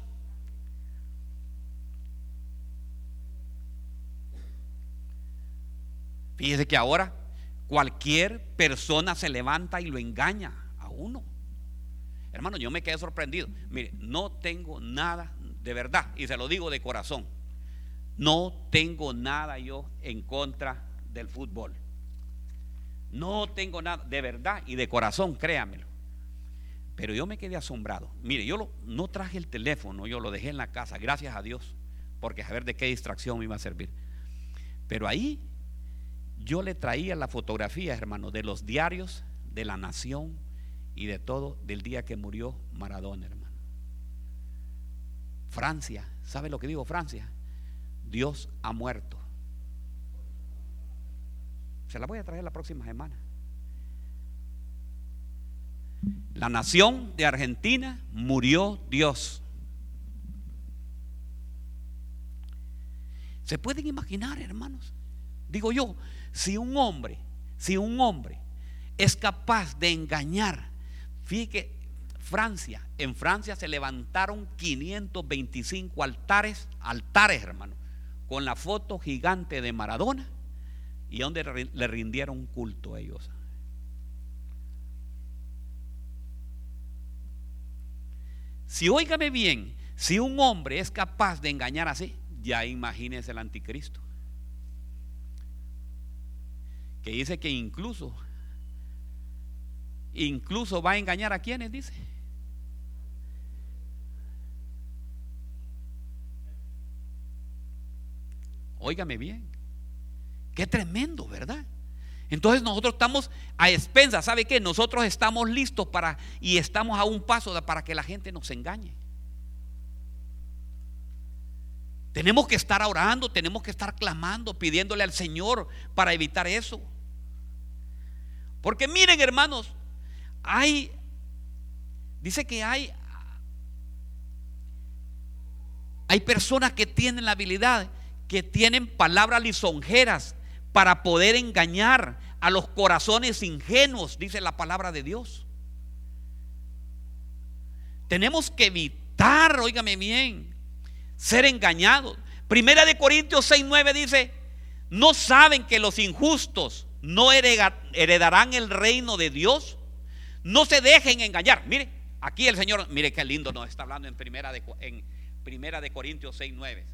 Fíjese que ahora cualquier persona se levanta y lo engaña a uno. Hermano, yo me quedé sorprendido. Mire, no tengo nada, de verdad, y se lo digo de corazón, no tengo nada yo en contra del fútbol. No tengo nada, de verdad y de corazón, créamelo. Pero yo me quedé asombrado. Mire, no traje el teléfono, yo lo dejé en la casa, gracias a Dios, porque a ver de qué distracción me iba a servir. Pero ahí yo le traía la fotografía, hermano, de los diarios de La Nación y de todo, del día que murió Maradona, hermano. Francia, ¿sabe lo que digo? Francia, Dios ha muerto. Se la voy a traer la próxima semana. La Nación de Argentina, murió Dios. ¿Se pueden imaginar, hermanos? Digo yo, si un hombre es capaz de engañar. Fíjate, en Francia se levantaron 525 altares, hermano, con la foto gigante de Maradona, y donde le rindieron culto a ellos. Si, óigame bien, si un hombre es capaz de engañar así, ya imagínese el anticristo, que dice que incluso va a engañar a quienes, dice. Óigame bien, qué tremendo, ¿verdad? Entonces nosotros estamos a expensas. ¿Sabe qué? Nosotros estamos listos y estamos a un paso para que la gente nos engañe. Tenemos que estar orando, tenemos que estar clamando, pidiéndole al Señor para evitar eso. Porque miren, hermanos, dice que hay personas que tienen la habilidad, que tienen palabras lisonjeras para poder engañar a los corazones ingenuos, dice la palabra de Dios. Tenemos que evitar, óigame bien, ser engañados. Primera de Corintios 6:9 dice: ¿no saben que los injustos no heredarán el reino de Dios? No se dejen engañar. Mire, aquí el Señor, mire qué lindo nos está hablando en Primera de Corintios 6:9.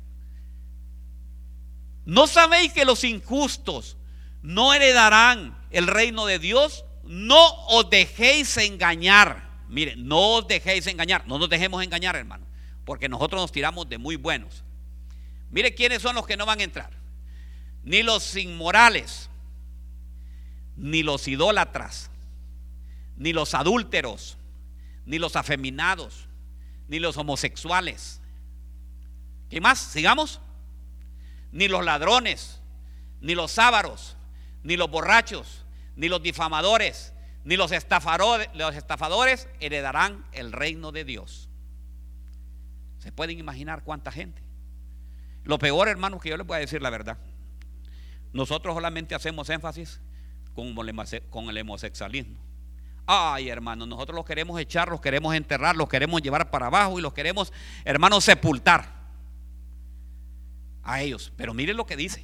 ¿No sabéis que los injustos no heredarán el reino de Dios? No os dejéis engañar. Mire, no os dejéis engañar. No nos dejemos engañar, hermano, porque nosotros nos tiramos de muy buenos. Mire quiénes son los que no van a entrar: ni los inmorales, ni los idólatras, ni los adúlteros, ni los afeminados, ni los homosexuales. ¿Qué más? Sigamos. Ni los ladrones, ni los ávaros, ni los borrachos, ni los difamadores, ni los estafadores heredarán el reino de Dios. ¿Se pueden imaginar cuánta gente? Lo peor, hermanos, que yo les voy a decir la verdad, nosotros solamente hacemos énfasis con el homosexualismo. Ay, hermanos, nosotros los queremos echar, los queremos enterrar, los queremos llevar para abajo y los queremos, hermanos, sepultar a ellos. Pero miren lo que dice: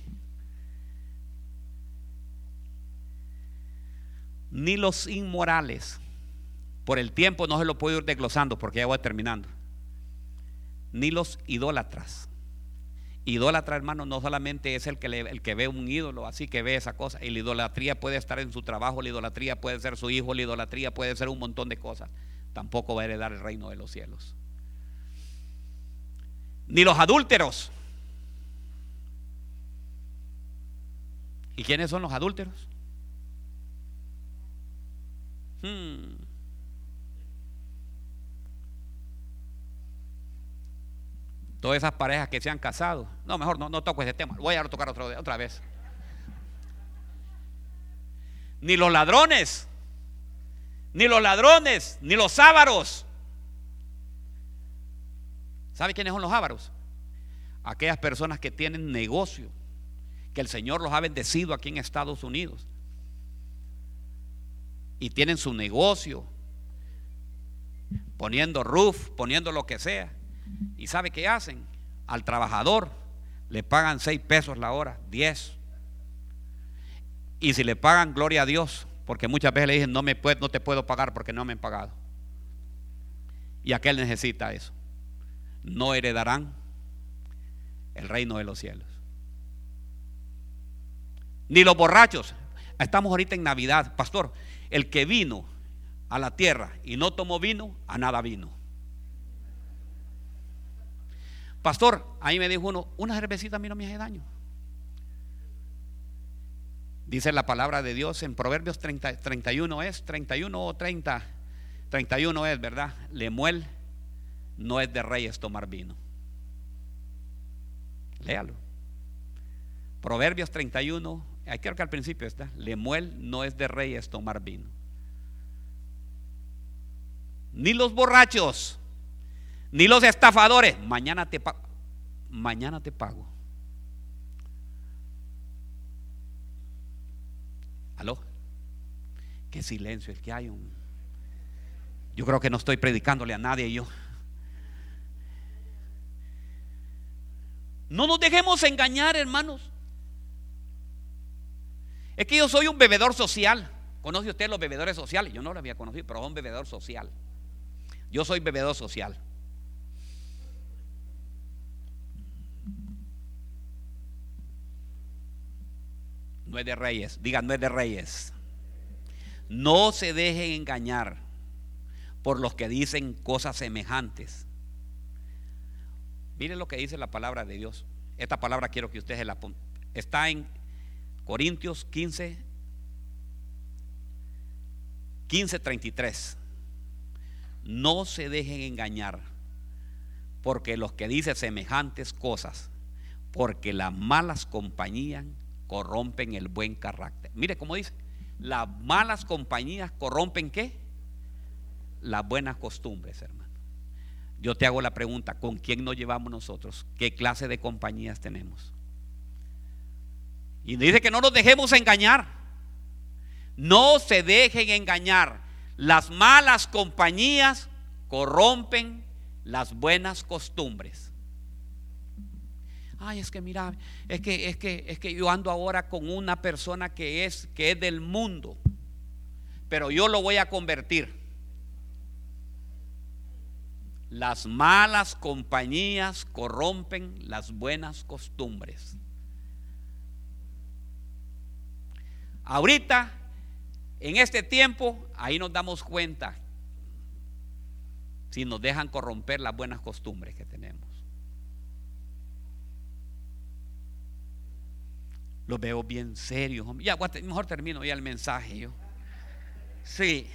ni los inmorales, por el tiempo no se lo puedo ir desglosando porque ya voy terminando, ni los idólatras. Idólatra, hermano, no solamente es el que ve un ídolo, así que ve esa cosa. Y la idolatría puede estar en su trabajo, la idolatría puede ser su hijo, la idolatría puede ser un montón de cosas. Tampoco va a heredar el reino de los cielos. Ni los adúlteros. ¿Y quiénes son los adúlteros? Todas esas parejas que se han casado. No, mejor no toco ese tema. Voy a tocar otra vez. Ni los ladrones, ni los ávaros. ¿Sabe quiénes son los ávaros? Aquellas personas que tienen negocio, que el Señor los ha bendecido aquí en Estados Unidos y tienen su negocio, poniendo roof, poniendo lo que sea. ¿Y sabe qué hacen? Al trabajador le pagan 6 pesos la hora, 10. Y si le pagan, gloria a Dios, porque muchas veces le dicen no te puedo pagar porque no me han pagado. Y aquel necesita eso. No heredarán el reino de los cielos. Ni los borrachos. Estamos ahorita en Navidad, pastor. El que vino a la tierra y no tomó vino, a nada vino. Pastor, ahí me dijo uno, una cervecita a mí no me hace daño. Dice la palabra de Dios en Proverbios 31 es, 31 o 30, 31 es, ¿verdad? Lemuel no es de reyes tomar vino. Léalo. Proverbios 31, creo que al principio está. Lemuel no es de reyes tomar vino. Ni los borrachos, ni los estafadores. Mañana te pago. ¿Aló? Qué silencio es que hay. Yo creo que no estoy predicándole a nadie yo. No nos dejemos engañar, hermanos. Es que yo soy un bebedor social. ¿Conoce usted los bebedores sociales? Yo no lo había conocido, pero es un bebedor social. Yo soy bebedor social. No es de reyes. Digan, no es de reyes. No se dejen engañar por los que dicen cosas semejantes. Miren lo que dice la palabra de Dios. Esta palabra quiero que ustedes la pongan. Está en Corintios 15:33. No se dejen engañar porque los que dicen semejantes cosas, porque las malas compañías corrompen el buen carácter. Mire cómo dice, las malas compañías corrompen ¿qué? Las buenas costumbres, hermano. Yo te hago la pregunta, ¿con quién nos llevamos nosotros? ¿Qué clase de compañías tenemos? Y dice que no nos dejemos engañar. No se dejen engañar. Las malas compañías corrompen las buenas costumbres. Ay, es que mira, es que yo ando ahora con una persona que es del mundo, pero yo lo voy a convertir. Las malas compañías corrompen las buenas costumbres. Ahorita, en este tiempo, ahí nos damos cuenta si nos dejan corromper las buenas costumbres que tenemos. Los veo bien serios. Ya, mejor termino ya el mensaje yo. Sí.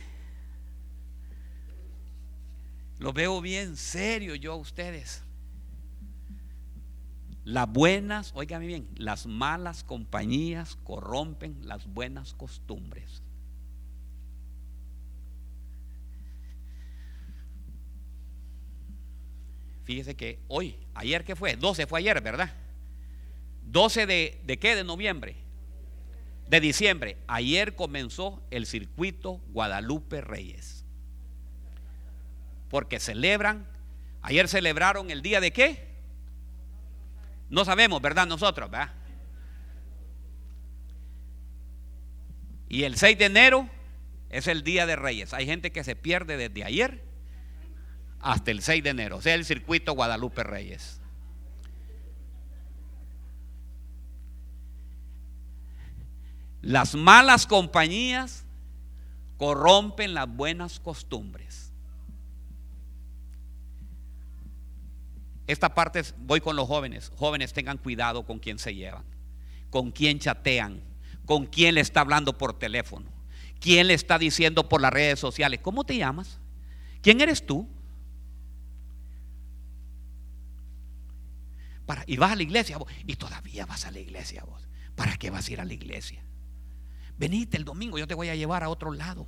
Los veo bien serios yo a ustedes. Las buenas, óigame bien, las malas compañías corrompen las buenas costumbres. Fíjese que ayer que fue, 12 fue ayer, ¿verdad? 12 ¿de qué? De noviembre, de diciembre. Ayer comenzó el circuito Guadalupe Reyes. Porque ayer celebraron el día de qué? No sabemos, ¿verdad? Nosotros, ¿verdad? Y el 6 de enero es el día de Reyes. Hay gente que se pierde desde ayer hasta el 6 de enero. O sea, el circuito Guadalupe Reyes. Las malas compañías corrompen las buenas costumbres. Esta parte voy con los jóvenes. Jóvenes, tengan cuidado con quién se llevan, con quién chatean, con quién le está hablando por teléfono, quién le está diciendo por las redes sociales. ¿Cómo te llamas? ¿Quién eres tú? Y vas a la iglesia vos, y todavía vas a la iglesia vos. ¿Para qué vas a ir a la iglesia? Venite el domingo, yo te voy a llevar a otro lado.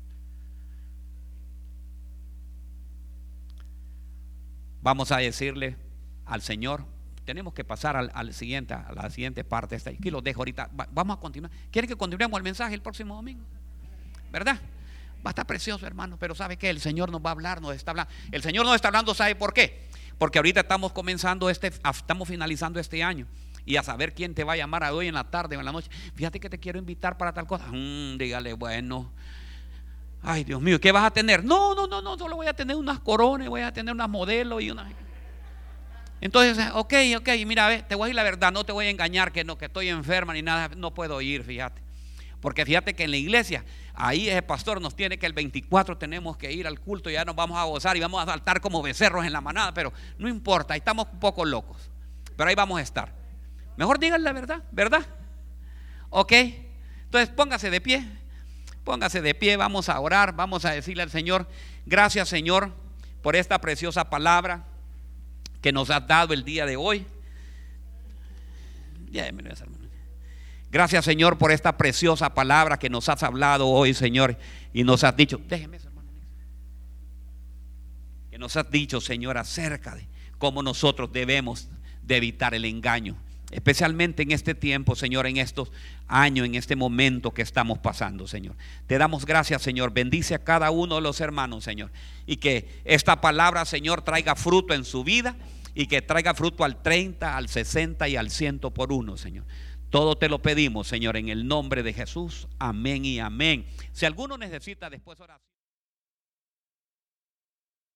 Vamos a decirle al Señor. Tenemos que pasar a la siguiente parte. Aquí lo dejo ahorita. Vamos a continuar. ¿Quieren que continuemos el mensaje el próximo domingo? ¿Verdad? Va a estar precioso, hermano. Pero ¿sabe qué? El Señor nos va a hablar, nos está hablando. El Señor nos está hablando, ¿sabe por qué? Porque ahorita estamos estamos finalizando este año. Y a saber quién te va a llamar hoy en la tarde o en la noche. Fíjate que te quiero invitar para tal cosa. Dígale, bueno. Ay, Dios mío, ¿qué vas a tener? No, solo voy a tener unas coronas, voy a tener unas modelos y unas. Entonces, ok, mira, te voy a decir la verdad, no te voy a engañar que estoy enferma ni nada, no puedo ir, fíjate. Porque fíjate que en la iglesia, ahí el pastor nos tiene que el 24 tenemos que ir al culto, ya nos vamos a gozar y vamos a saltar como becerros en la manada, pero no importa, ahí estamos un poco locos, pero ahí vamos a estar. Mejor díganle la verdad, ¿verdad? Ok, entonces póngase de pie, vamos a orar, vamos a decirle al Señor, gracias Señor por esta preciosa palabra que nos has dado el día de hoy. Gracias Señor por esta preciosa palabra que nos has hablado hoy, Señor, y nos has dicho, déjeme eso, hermano, que nos has dicho, Señor, acerca de cómo nosotros debemos de evitar el engaño, especialmente en este tiempo, Señor, en estos años, en este momento que estamos pasando, Señor. Te damos gracias, Señor. Bendice a cada uno de los hermanos, Señor, y que esta palabra, Señor, traiga fruto en su vida y que traiga fruto al 30, al 60 y al 100 por uno, Señor. Todo te lo pedimos, Señor, en el nombre de Jesús. Amén y amén. Si alguno necesita después oración.